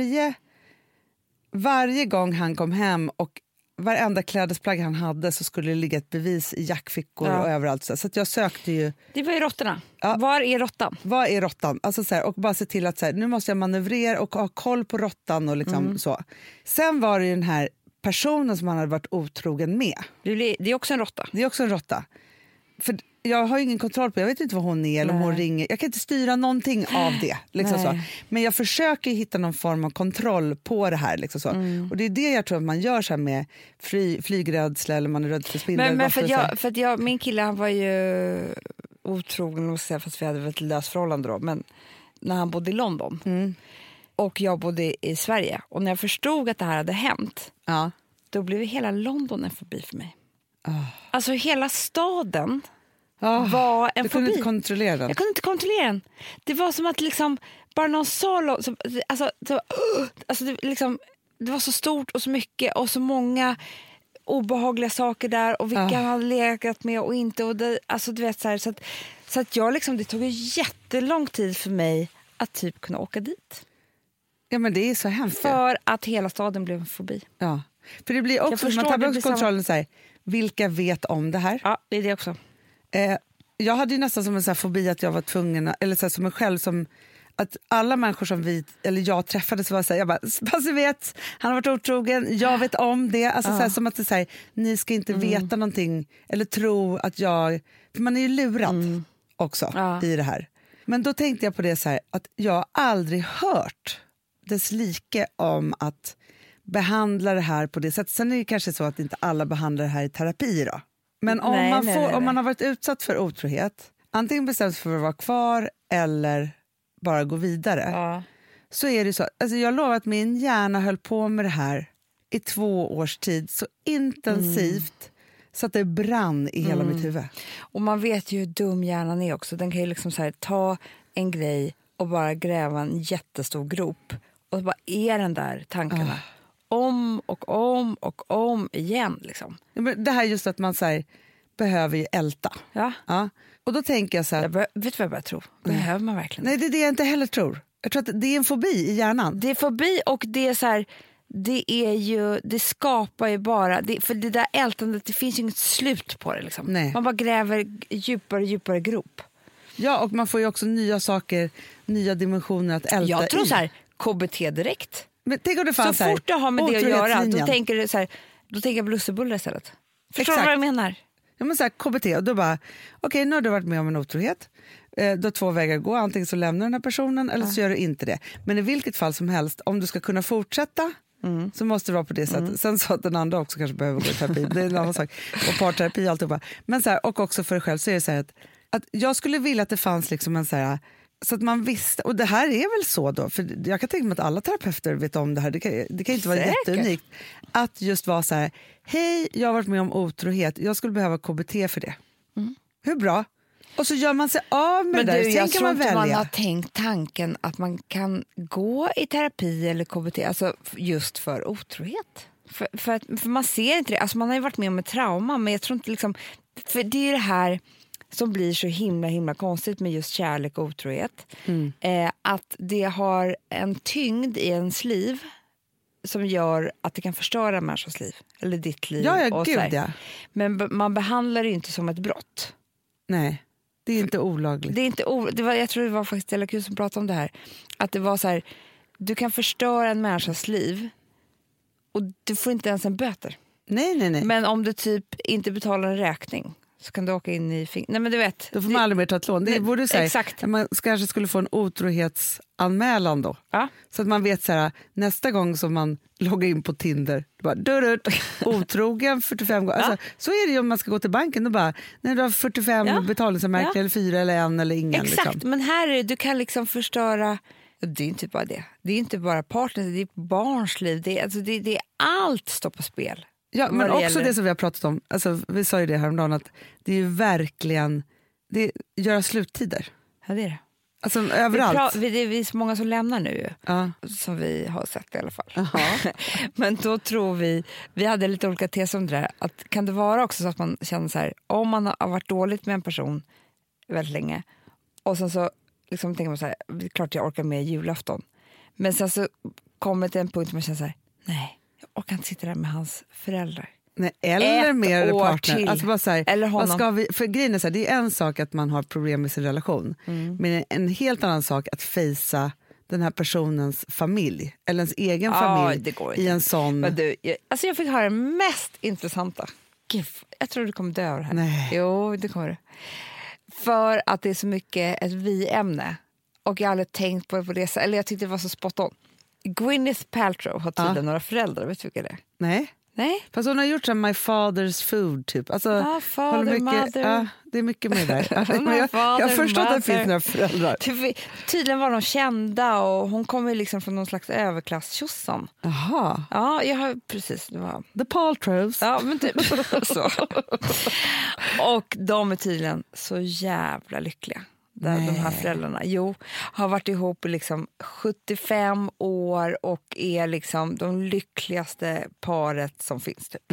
varje gång han kom hem och varenda klädesplagg han hade så skulle det ligga ett bevis i jackfickor och överallt. Så att jag sökte ju... Det var ju råttorna. Ja. Var är råttan? Var är råttan? Alltså så här, och bara se till att så här, nu måste jag manövrera och ha koll på råttan och liksom så. Sen var det den här personen som han hade varit otrogen med. Det är också en råtta. Det är också en råtta. För jag har ingen kontroll på, jag vet inte vad hon är eller om hon ringer. Jag kan inte styra någonting av det. Liksom så. Men jag försöker hitta någon form av kontroll på det här. Liksom så. Och det är det jag tror att man gör så här med flygrädsla eller man är rädd för spindlar. Men för att min kille han var ju otrogen, fast vi hade ett löst förhållande då. Men när han bodde i London och jag bodde i Sverige. Och när jag förstod att det här hade hänt, då blev hela London en fobi för mig. Alltså hela staden var en fobi. Du kunde inte kontrollera den. Jag kunde inte kontrollera den. Det var som att liksom bara någon sa det var så stort och så mycket och så många obehagliga saker där och vilka han hade legat med och inte och det, alltså du vet så att jag liksom, det tog ju jättelång tid för mig att typ kunna åka dit. Ja men det är så hemskt. För att hela staden blev en fobi. Ja. För det blir också, man tappar också kontrollen så här, vilka vet om det här? Ja, det är det också. Jag hade ju nästan som en så här fobi att jag var tvungen, eller så här, som en själv, som att alla människor som jag träffade så var så här, jag bara, fast vet, han har varit otrogen, jag vet om det, alltså så här, som att det säger, ni ska inte veta någonting eller tro att för man är ju lurad också i det här. Men då tänkte jag på det så här, att jag aldrig hört dess like om att behandla det här på det sättet. Sen är det kanske så att inte alla behandlar det här i terapi då. Men om man har varit utsatt för otrohet, antingen bestämt för att vara kvar eller bara gå vidare, så är det så. Alltså jag lovar att min hjärna höll på med det här i 2 års tid så intensivt så att det brann i hela mitt huvud. Och man vet ju hur dum hjärnan är också. Den kan ju liksom så här, ta en grej och bara gräva en jättestor grop och bara är den där tankarna. Om och om igen liksom. Det här just att man så här, behöver ju älta. Ja. Och då tänker jag så här... Vet du vad jag börjar tro? Behöver man verkligen? Nej, det är det jag inte heller tror. Jag tror att det är en fobi i hjärnan. Det är fobi och det är så här... Det skapar ju bara... för det där ältandet, det finns ju inget slut på det. Liksom. Nej. Man bara gräver djupare grop. Ja, och man får ju också nya saker, nya dimensioner att älta i. Jag tror så här, KBT direkt. Men tänk om det fanns så fort du har med det att göra, då tänker du så här, då tänker jag på lussebullar istället. Förstår du vad jag menar? Ja, men så här, KBT, och då bara, okej, nu har du varit med om en otrohet. Du har 2 vägar att gå, antingen så lämnar den här personen eller så gör du inte det. Men i vilket fall som helst, om du ska kunna fortsätta så måste det vara på det sättet. Sen så att den andra också kanske behöver gå i terapi, det är en annan sak. Och parterapi och alltihopa. Men så här, och också för dig själv så är det så här att jag skulle vilja att det fanns liksom en så här, så att man visste, och det här är väl så då, för jag kan tänka mig att alla terapeuter vet om det här, det kan inte vara jätteunikt, att just vara så här, hej, jag har varit med om otrohet, jag skulle behöva KBT för det. Hur bra? Och så gör man sig av med det där. Sen jag kan man välja. Man har tänkt tanken att man kan gå i terapi eller KBT, alltså just för otrohet. För man ser inte det, alltså man har ju varit med om ett trauma, men jag tror inte liksom, för det är det här som blir så himla konstigt med just kärlek och otrohet. Att det har en tyngd i ens liv som gör att det kan förstöra människors liv. Eller ditt liv. Ja, gud, ja. Men man behandlar det inte som ett brott. Nej, det är inte olagligt. Det är inte jag tror det var faktiskt Stella Q som pratade om det här. Att det var så här, du kan förstöra en människas liv och du får inte ens en böter. Nej. Men om du typ inte betalar en räkning så kan du åka in i Nej, men du vet. Då får man aldrig mer ta ett lån. Det borde säga. Exakt. Man kanske skulle få en otrohetsanmälan då. Ja. Så att man vet så här, nästa gång som man loggar in på Tinder, bara otrogen 45 gånger. Alltså, så är det ju om man ska gå till banken. Då bara, när du har 45 betalningsanmärkningar eller 4 eller 1 eller ingen. Exakt, liksom. men här är det, du kan liksom förstöra. Det är inte bara det. Det är inte bara partner, det är barns liv. Det är allt står på spel. Ja, men också det som vi har pratat om, alltså, vi sa ju det häromdagen, att det är ju verkligen göra sluttider. Ja, det är det. Alltså överallt. Det är så många som lämnar nu ju, som vi har sett i alla fall. Men då tror vi hade lite olika teser om det där, att kan det vara också så att man känner så här, om man har varit dåligt med en person väldigt länge och sen så liksom tänker man så här, det är klart jag orkar med julafton, men sen så kommer det till en punkt där man känner så här, nej, jag kan inte sitta där med hans föräldrar. Nej, eller med partner. Till. Alltså bara så här, eller honom. Vad ska vi, för grejen är så här, det är en sak att man har problem med sin relation. Men en helt annan sak att fejsa den här personens familj. Eller ens egen familj i en sån... Men du, jag fick höra det mest intressanta. Gud, jag tror du kommer dö av det här. Nej. Jo, det kommer du. För att det är så mycket ett vi-ämne. Och jag har aldrig tänkt på det. Eller jag tyckte det var så spot on. Gwyneth Paltrow har tydligen några föräldrar. Vet du vilka det är? Nej. Fast hon har gjort så My Father's Food typ. Alltså, father, mother. Det är mycket med det där. jag förstår att det finns några föräldrar. Tydligen var de kända och hon kommer liksom från någon slags överklass-tjossan. Jaha. Ja, jag har precis. Det var... The Paltrows. Ja, men typ så. Och de är tydligen så jävla lyckliga. De här föräldrarna har varit ihop i liksom 75 år och är liksom de lyckligaste paret som finns typ.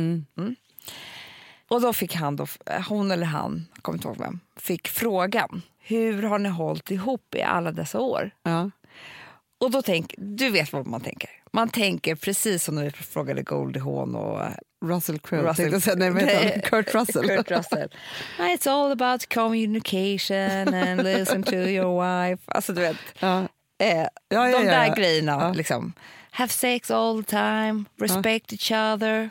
Och då fick hon eller han, kommer inte ihåg vem, fick frågan, hur har ni hållit ihop i alla dessa år? Ja. Och då du vet vad man tänker. Man tänker precis som när vi frågade Goldie Hawn och Russell Crowe. Kurt Russell. Kurt Russell. It's all about communication and listen to your wife. Alltså du vet. De där grejerna liksom. Have sex all the time, respect each other.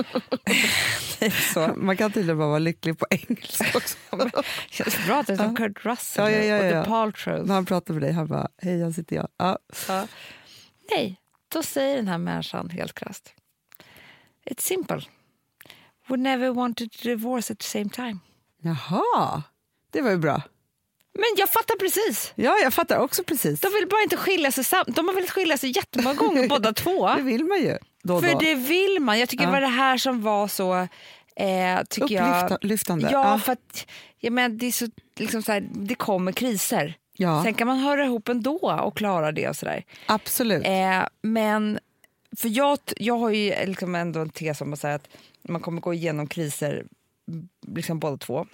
Så. Man kan tydligen bara vara lycklig på engelska också. Känns bra att det är som Kurt Russell och The Paltrows. När han pratar med dig, han bara, hej, här sitter jag. Nej, då säger den här människan helt krasst. It's simple. Would never want to divorce at the same time. Jaha, det var ju bra. Men jag fattar precis. Ja, jag fattar också precis. De vill bara inte skilja sig de har velat skilja sig jättemånga gånger båda två. Det vill man ju. Då. Det vill man. Jag tycker det var det här som var så upplyftande. Ja, för att det är så liksom så här, det kommer kriser. Ja. Sen kan man höra ihop ändå och klara det och sådär. Absolut. Men för jag har ju liksom ändå en tes om att säga att man kommer gå igenom kriser liksom båda två.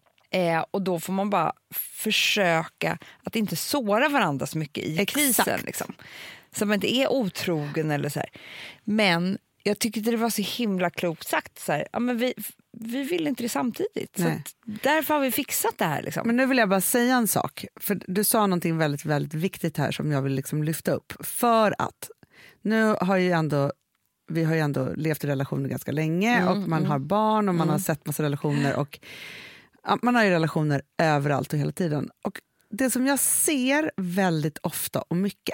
Och då får man bara försöka att inte såra varandra så mycket i krisen. Liksom. Så man inte är otrogen eller så här. Men jag tyckte det var så himla klokt sagt. Så här, ja, men vi vill inte det samtidigt. Så därför har vi fixat det här. Liksom. Men nu vill jag bara säga en sak. För du sa någonting väldigt, väldigt viktigt här som jag vill liksom lyfta upp. För att nu har vi har ju ändå levt i relationer ganska länge och man har barn och man har sett massa relationer och man har ju relationer överallt och hela tiden. Och det som jag ser väldigt ofta och mycket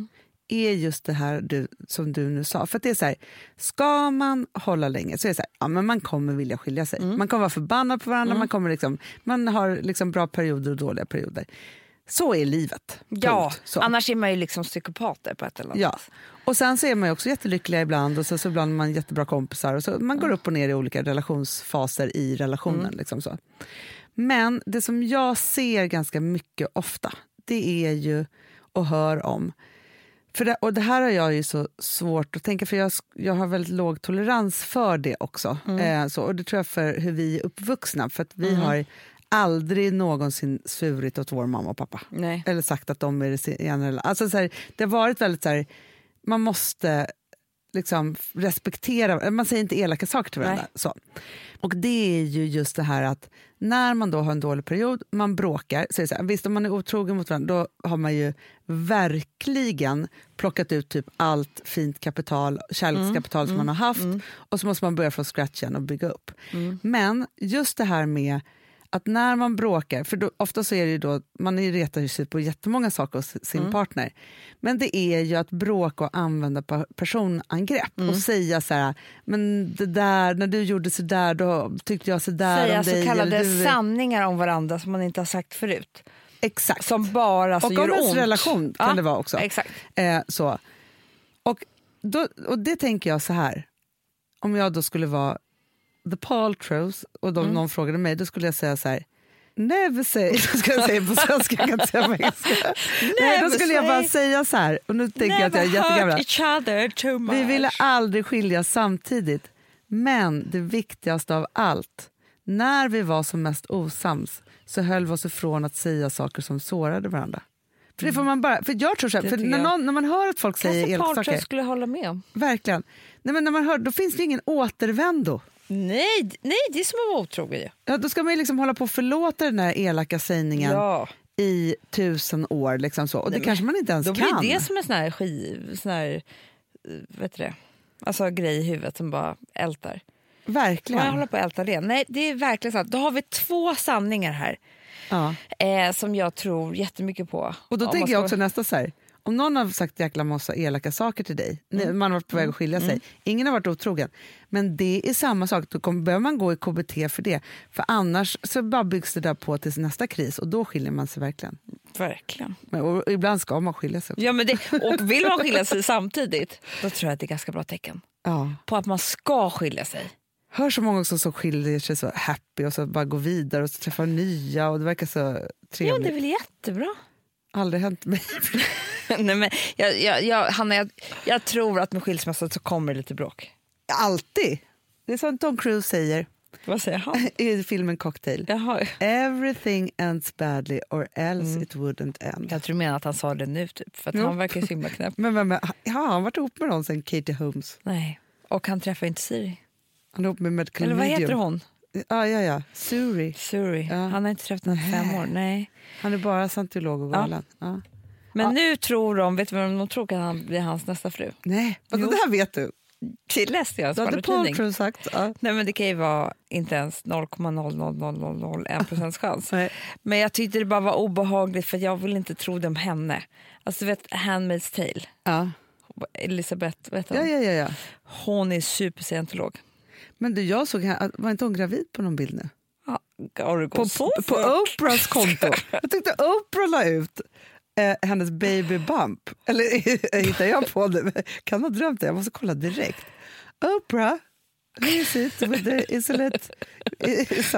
är just det här som du nu sa. För att det är så här, ska man hålla länge så är det så här, ja men man kommer vilja skilja sig. Man kommer vara förbannad på varandra, man har liksom bra perioder och dåliga perioder. Så är livet. Ja, så. Annars är man ju liksom psykopater på ett eller annat. Ja. Och sen så är man ju också jättelyckliga ibland och så ibland är man jättebra kompisar och så man går upp och ner i olika relationsfaser i relationen. Liksom så. Men det som jag ser ganska mycket ofta, det är ju och hör om. Och det här har jag ju så svårt att tänka, för jag har väldigt låg tolerans för det också. Och det tror jag för hur vi är uppvuxna, för att vi har aldrig någonsin svurit åt vår mamma och pappa. Nej. Eller sagt att de är det ena. Alltså så här, det har varit väldigt så här, man måste liksom respektera, man säger inte elaka saker till varandra. Så. Och det är ju just det här att när man då har en dålig period, man bråkar, så är det så här, visst om man är otrogen mot varandra, då har man ju verkligen plockat ut typ allt fint kapital, kärlekskapital som man har haft och så måste man börja från scratch igen och bygga upp. Men just det här med att när man bråkar, för då, ofta så är det ju då, man retar sig på jättemånga saker hos sin partner, men det är ju att bråka och använda personangrepp och säga så här, men det där, när du gjorde så där, då tyckte jag så där säga om dig. Säga så kallade sanningar om varandra som man inte har sagt förut. Exakt. Som bara så och gör ont. Och om ens relation kan det vara också. Exakt. Så. Och det tänker jag så här, om jag då skulle vara The Paltrows och någon frågade mig, då skulle jag säga så här, never say, då ska jag säga på svenska, jag kan inte säga på engelska. Nej, då skulle jag bara säga så här, och nu tänker jag att jag är jättegammal. Each other too much. Vi ville aldrig skilja samtidigt, men det viktigaste av allt, när vi var som mest osams så höll vi oss ifrån att säga saker som sårade varandra. För det får man bara, för jag tror så här, för när man hör att folk säger elaka saker. Kanske skulle hålla med om. Verkligen. Nej, men när man hör, då finns det ingen återvändo. Nej, det är som att vara otrogen. Ja, då ska man ju liksom hålla på och förlåta den här elaka sägningen i 1000 år. Liksom så. Och det kanske man inte ens då kan. Då blir det som en sån här vet du det? Alltså grej i huvudet som bara ältar. Verkligen. Man håller på att älta det. Nej, det är verkligen sant. Då har vi 2 sanningar här. Som jag tror jättemycket på. Och då tänker jag också nästa så här. Om någon har sagt jäkla massa elaka saker till dig, man har varit på väg att skilja sig, ingen har varit otrogen, men det är samma sak, då behöver man gå i KBT för det, för annars så bara byggs det där på till nästa kris och då skiljer man sig verkligen. Verkligen. Och ibland ska man skilja sig också. Ja, men och vill man skilja sig samtidigt, då tror jag att det är ganska bra tecken på att man ska skilja sig. Hör så många som skiljer sig så happy och så bara går vidare och så träffar nya och det verkar så trevligt. Ja, det är väl jättebra. Aldrig hänt mig. Nej, men Hanna, jag tror att med skilsmässa så kommer det lite bråk. Alltid. Det är som Tom Cruise säger. Vad säger han? I filmen Cocktail. Jaha. Everything ends badly or else it wouldn't end. Jag tror du menar att han sa det nu typ, för att han verkar så himla knäpp. Men har han varit ihop med någon sen Katie Holmes? Nej, och han träffar inte Siri. Han är ihop med Medical Eller vad Medium. heter hon? Ja. Suri. Ja. Han har inte träffat henne i 5 år. Nej. Han är bara scientolog och galen. Ja. Men nu tror vet du vad de tror, att han blir hans nästa fru? Nej, det här vet du. Det läste jag. Det hade Paul sagt. Ja. Nej, men det kan ju vara inte ens 0,00001% chans. Men jag tyckte det bara var obehagligt, för jag vill inte tro det om henne. Alltså du vet, Handmaid's Tale. Ja. Elisabeth, vet du? Ja. Hon är superscientolog. Men du, jag såg, var inte hon gravid på någon bild nu? Ja, på Oprahs konto. Jag tyckte Oprah la ut hennes baby bump. Eller hittar jag på det? Kan ha drömt det? Jag måste kolla direkt. Oprah, is it with the Isabel? Is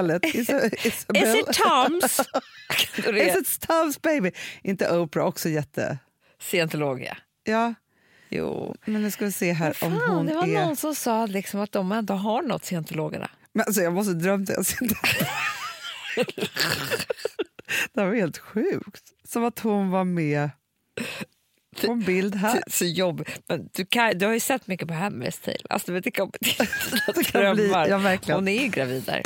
it Tom's? Is it Tom's baby? Inte Oprah, också scientolog, ja. Jo. Men nu ska vi se här om hon det var är... någon som sa liksom att de ändå har något, scientologerna. Men alltså jag måste drömma det. Det var helt sjukt. Som att hon var med på en bild här. Så jobb. Men du har ju sett mycket på Handmaid's Tale. Alltså det kan bli, ja, verkligen. Hon är ju gravid där.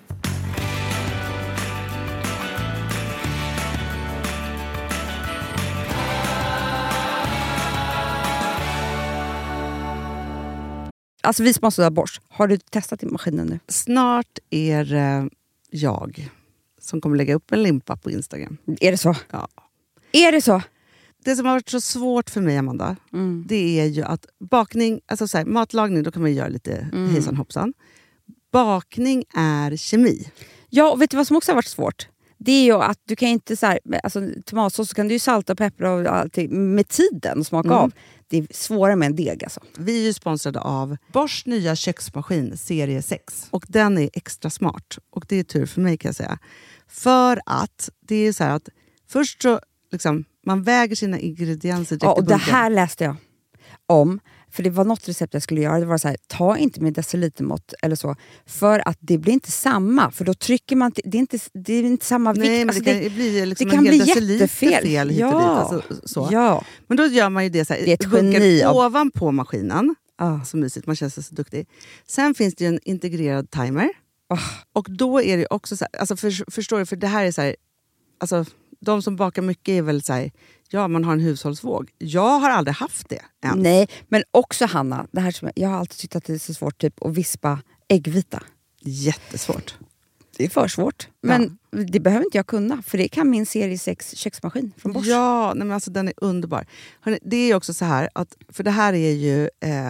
Alltså vi sponsrar Bosch. Har du testat i maskinen nu? Snart är jag som kommer lägga upp en limpa på Instagram. Är det så? Ja. Är det så? Det som har varit så svårt för mig, Amanda, det är ju att bakning, alltså så här, matlagning, då kan man ju göra lite hejsan hoppsan. Bakning är kemi. Ja, och vet du vad som också har varit svårt? Det är ju att du kan inte så här, alltså tomatsås så kan du ju salta och peppra och allting med tiden och smaka av. Det är svårare med en deg alltså. Vi är ju sponsrade av Bosch nya köksmaskin serie 6. Och den är extra smart. Och det är tur för mig kan jag säga. För att det är så här att först så liksom, man väger sina ingredienser direkt i och bunken. det här läste jag om. För det var något recept jag skulle göra. Det var så här, ta inte med decilitermått eller så. För att det blir inte samma. För då trycker man... Det är inte samma vikt. Nej, men alltså det kan bli liksom det kan en hel bli deciliter fel hit och dit. Alltså, så. Ja. Men då gör man ju det så här, det är ett geni ovanpå maskinen. Så mysigt, man känns så duktig. Sen finns det ju en integrerad timer. Och då är det också så här, alltså förstår du, för det här är så här, alltså de som bakar mycket är väl så här, ja, man har en hushållsvåg. Jag har aldrig haft det än. Nej, men också Hanna, det här som jag har alltid tyckt att det är så svårt typ att vispa äggvita. Jättesvårt. Det är för svårt. Men det behöver inte jag kunna, för det kan min serie 6 köksmaskin från Bosch. Ja, nej men alltså den är underbar. Hörrni, det är också så här, att, för det här är ju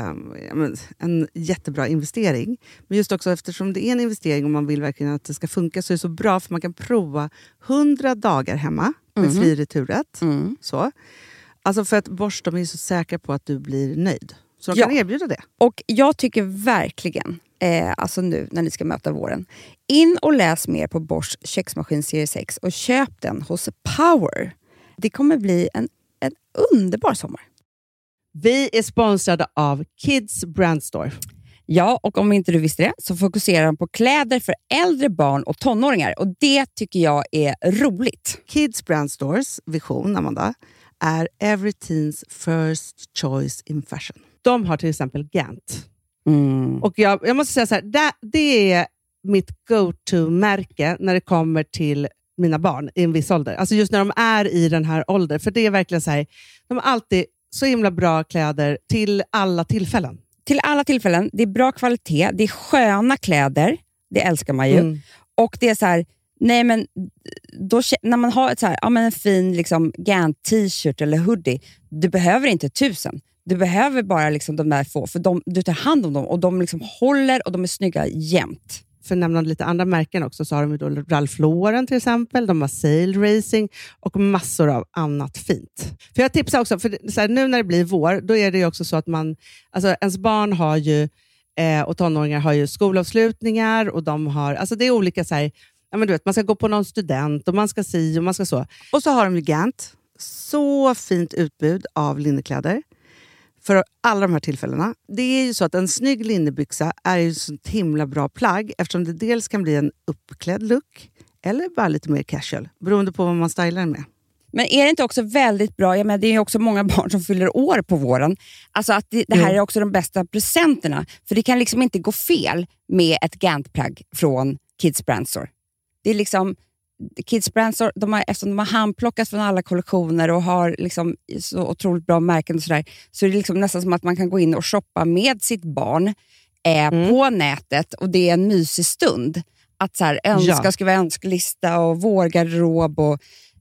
en jättebra investering. Men just också eftersom det är en investering och man vill verkligen att det ska funka, så är det så bra för man kan prova 100 dagar hemma med fri returrätt. Så. Alltså för att Bosch, de är så säkra på att du blir nöjd. Så de kan erbjuda det. Och jag tycker verkligen, alltså nu när ni ska möta våren, in och läs mer på Bosch köksmaskin serie 6 och köp den hos Power. Det kommer bli en underbar sommar. Vi är sponsrade av Kids Brand Store. Ja, och om inte du visste det så fokuserar de på kläder för äldre barn och tonåringar. Och det tycker jag är roligt. Kids Brand Stores vision, Amanda, är every teens first choice in fashion. De har till exempel Gant. Och jag måste säga så här, det är mitt go-to-märke när det kommer till mina barn i en viss ålder. Alltså just när de är i den här åldern. För det är verkligen så här, de har alltid så himla bra kläder till alla tillfällen. Till alla tillfällen. Det är bra kvalitet. Det är sköna kläder. Det älskar man ju. Och det är så här, nej men då, när man har ett så här, ja, men en fin liksom, Gant t-shirt eller hoodie, du behöver inte 1000. Du behöver bara liksom de där få, för du tar hand om dem och de liksom håller och de är snygga jämt. För att nämna lite andra märken också, så har de ju då Ralph Lauren till exempel, de har Sail Racing och massor av annat fint. För jag tipsar också, för så här, nu när det blir vår, då är det ju också så att man, alltså ens barn har ju, och tonåringar har ju skolavslutningar och de har, alltså det är olika så här, ja men du vet, man ska gå på någon student och man ska si och man ska så. Och så har de ju Gant, så fint utbud av linnekläder för alla de här tillfällena. Det är ju så att en snygg linnebyxa är ju så himla bra plagg, eftersom det dels kan bli en uppklädd look eller bara lite mer casual, beroende på vad man stylar den med. Men är det inte också väldigt bra, jag menar, det är ju också många barn som fyller år på våren, alltså att det här är också de bästa presenterna, för det kan liksom inte gå fel med ett Gant-plagg från Kids Brand Store. Det är liksom Kids Brand Store, eftersom de har handplockat från alla kollektioner och har liksom så otroligt bra märken och sådär, så är det liksom nästan som att man kan gå in och shoppa med sitt barn på nätet, och det är en mysig stund att så här, skriva önskelista och vårgarderob och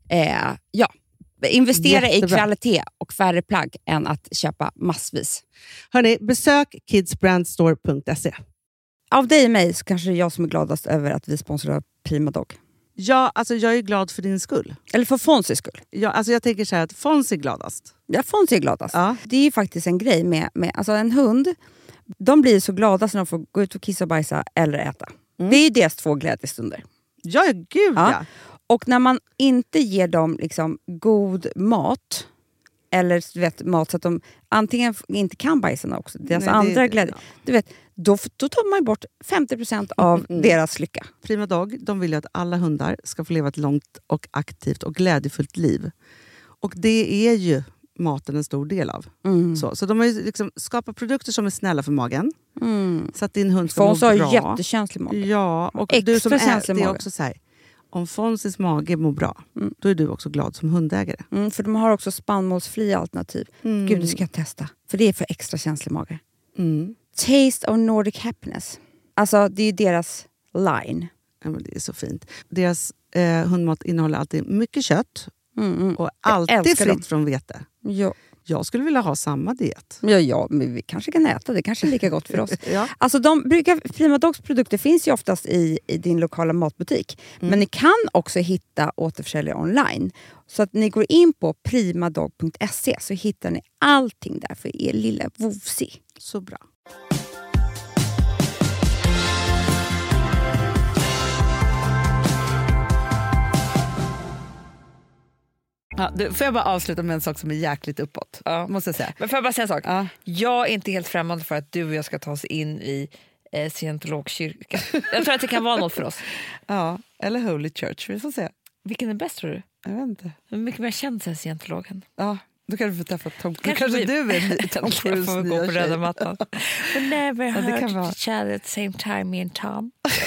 investera i kvalitet och färre plagg än att köpa massvis. Hörrni, besök kidsbrandstore.se. Av dig och mig så kanske det är jag som är gladast över att vi sponsrar Prima Dog. Ja, alltså jag är glad för din skull. Eller för Fonzys skull. Ja, alltså jag tänker så här att Fonzie är gladast. Ja, Fonzie är gladast. Ja. Det är ju faktiskt en grej med alltså en hund. De blir så glada när de får gå ut och kissa och bajsa eller äta. Det är ju deras 2 glädjestunder. Ja, gud ja. Och när man inte ger dem liksom god mat, eller du vet, mat så att de antingen inte kan bajsa också. Deras andra glädje. Du vet, då tar man bort 50% av deras lycka. Prima Dog, de vill ju att alla hundar ska få leva ett långt och aktivt och glädjefullt liv. Och det är ju maten en stor del av. Så de har ju liksom skapat produkter som är snälla för magen. Så att din hund ska må bra. Fons har jättekänslig mage. Ja, och du som är, det är också så här, om Fonsis mage mår bra, då är du också glad som hundägare. För de har också spannmålsfria alternativ. Gud, det ska jag testa. För det är för extra känslig mage. Taste of Nordic Happiness. Alltså, det är ju deras line. Ja, men det är så fint. Deras hundmat innehåller alltid mycket kött. Och alltid fritt från vete. Ja. Jag skulle vilja ha samma diet. Ja, men vi kanske kan äta. Det kanske är lika gott för oss. Alltså Prima Dogs produkter finns ju oftast i din lokala matbutik. Men ni kan också hitta återförsäljare online. Så att ni går in på primadog.se så hittar ni allting där för er lilla vovsi. Så bra. Ja, får jag bara avsluta med en sak som är jäkligt uppåt. Måste jag säga. Men får jag bara säga en sak? Jag är inte helt främmande för att du och jag ska ta oss in i scientologkyrkan. Jag tror att det kan vara något för oss. Ja, eller Holy Church, vi får se. Vilken är bäst tror du? Jag vet inte. Hur mycket mer känd sen scientologen? Ja, då kan du få träffa Tom Cruise. Kanske du är Tom Cruise. Får gå på röda mattan. We never det heard kan vara. each other at the same time, me and Tom.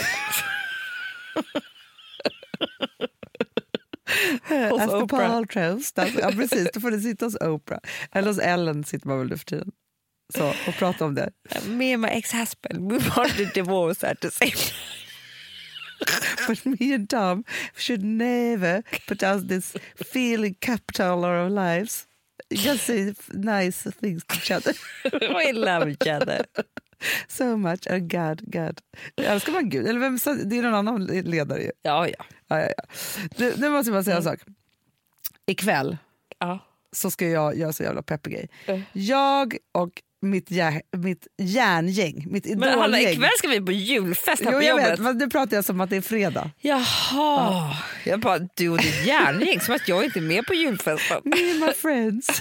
Efter Paul Trost. Ja, precis. Då får du sitta hos Oprah. Eller hos Ellen sitter man väl nu för tiden. Så, och prata om det. Me and my ex-husband, we wanted divorce at the same time. But me and Tom should never put out this feeling capital of our lives. Just say nice things to each other. We love each other. So much. Oh God. Jag älskar man Gud. Eller vem, det är någon annan ledare ju. Ja. Nu måste jag bara säga en sak. Ikväll så ska jag göra så jävla peppig grej. Jag och mitt järngäng, mitt idolgäng. Men ikväll ska vi på julfest här på jag jobbet. vet, men nu pratar jag som att det är fredag. Jaha. Jag bara, du och ditt järngäng, som att jag inte är med på julfesten. Me and my friends.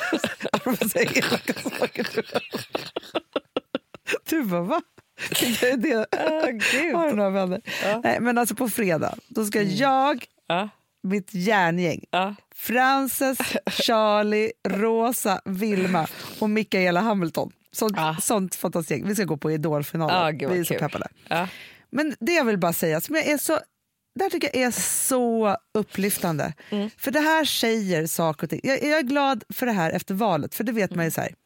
Du bara, va? Det har du några vänner. Nej, men alltså på fredag, då ska jag, mitt järngäng, Frances, Charlie, Rosa, Vilma och Mikaela Hamilton. Sånt fantastiskt gäng. Vi ska gå på Idolfinalen. Vi är så peppade. Men det jag vill bara säga, som jag är så, det här tycker jag är så upplyftande. För det här säger saker och ting. Jag är glad för det här efter valet, för det vet man ju så här.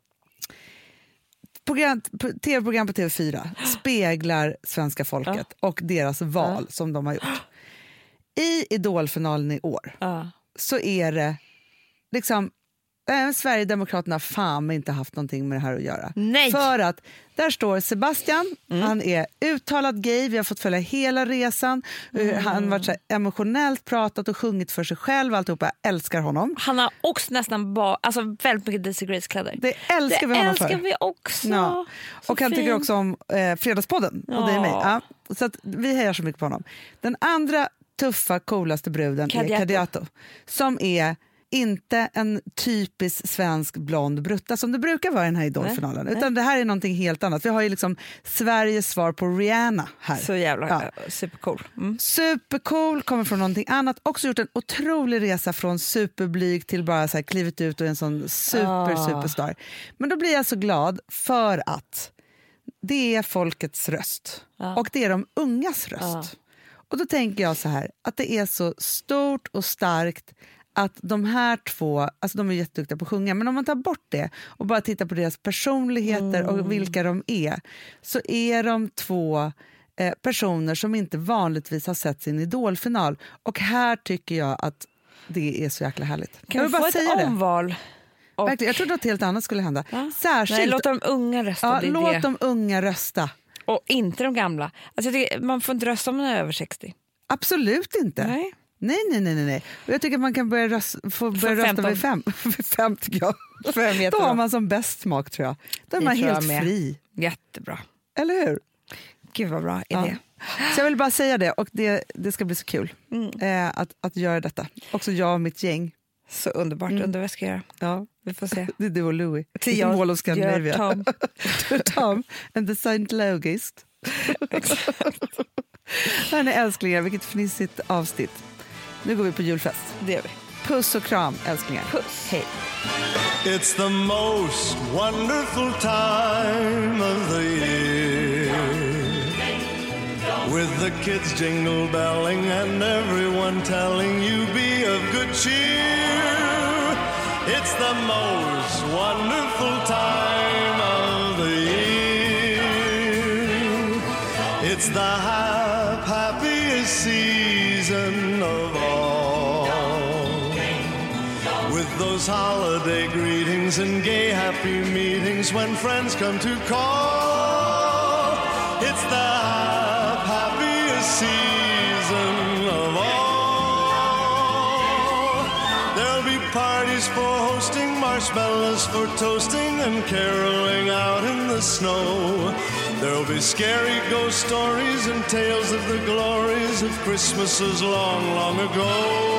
TV-program på TV4 speglar svenska folket och deras val som de har gjort. I Idolfinalen i år så är det liksom Sverigedemokraterna fan inte haft någonting med det här att göra. Nej. För att där står Sebastian, han är uttalad gay, vi har fått följa hela resan. Han har varit så emotionellt pratat och sjungit för sig själv, alltihopa, älskar honom. Han har också nästan väldigt mycket Daisy Grace-kläder. Det älskar vi honom för. Det älskar vi också. Ja. Och han tycker också om Fredagspodden och det är mig. Ja. Så att vi hejar så mycket på honom. Den andra tuffa, coolaste bruden är Kadiatou, som är inte en typisk svensk blond brutta som det brukar vara i den här Idolfinalen. Utan det här är någonting helt annat. Vi har ju liksom Sveriges svar på Rihanna här. Så jävla supercool. Supercool, kommer från någonting annat. Också gjort en otrolig resa från superblyg till bara så här klivit ut och en sån superstar. Men då blir jag så glad för att det är folkets röst. Och det är de ungas röst. Och då tänker jag så här, att det är så stort och starkt att de här två, alltså de är jätteduktiga på att sjunga, men om man tar bort det och bara tittar på deras personligheter och vilka de är, så är de två personer som inte vanligtvis har sett sin idolfinal. Och här tycker jag att det är så jäkla härligt. Kan vi få ett omval? Verkligen, jag trodde att helt annat skulle hända. Särskilt, nej, låt de unga rösta. Låt de unga rösta. Och inte de gamla. Alltså, man får inte rösta om man är över 60. Absolut inte. Nej. Nej. Och jag tycker att man kan börja rösta vid 5. Vid 5 tycker jag. Då har man som bäst smak, tror jag. Då är man helt fri. Jättebra. Eller hur? Gud vad bra idé. Så jag vill bara säga det, och det ska bli så kul att göra detta. Också jag och mitt gäng. Så underbart, undrar vad jag ska göra. Ja. Vi får se. Det är du och Louis. Till jag Mål of Scandinavia. Tom. Tom and the Scientologist. Hörni älsklingar, vilket fnissigt avsnitt. Nu går vi på julfest. Det gör vi. Puss och kram älsklingar. Puss. Hej. It's the most wonderful time of the year, with the kids jingle belling and everyone telling you be of good cheer. It's the most wonderful time of the year. It's the happiest season of all, with those holiday greetings and gay happy meetings when friends come to call. It's the happiest season of all. There'll be parties for hosting, marshmallows for toasting, and caroling out in the snow. There'll be scary ghost stories and tales of the glories of Christmases long, long ago.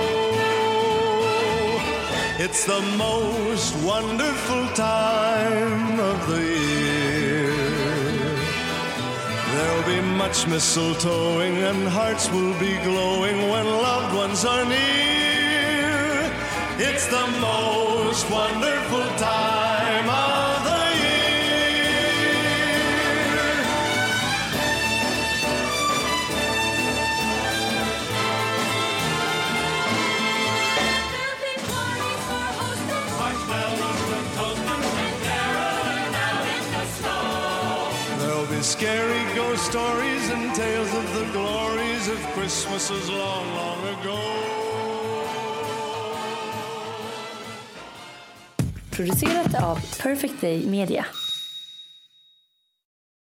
It's the most wonderful time of the year. There'll be much mistletoeing and hearts will be glowing when loved ones are near. It's the most wonderful time of the year. Scary ghost stories and tales of the glories of Christmases long, long ago. Producerat av Perfect Day Media.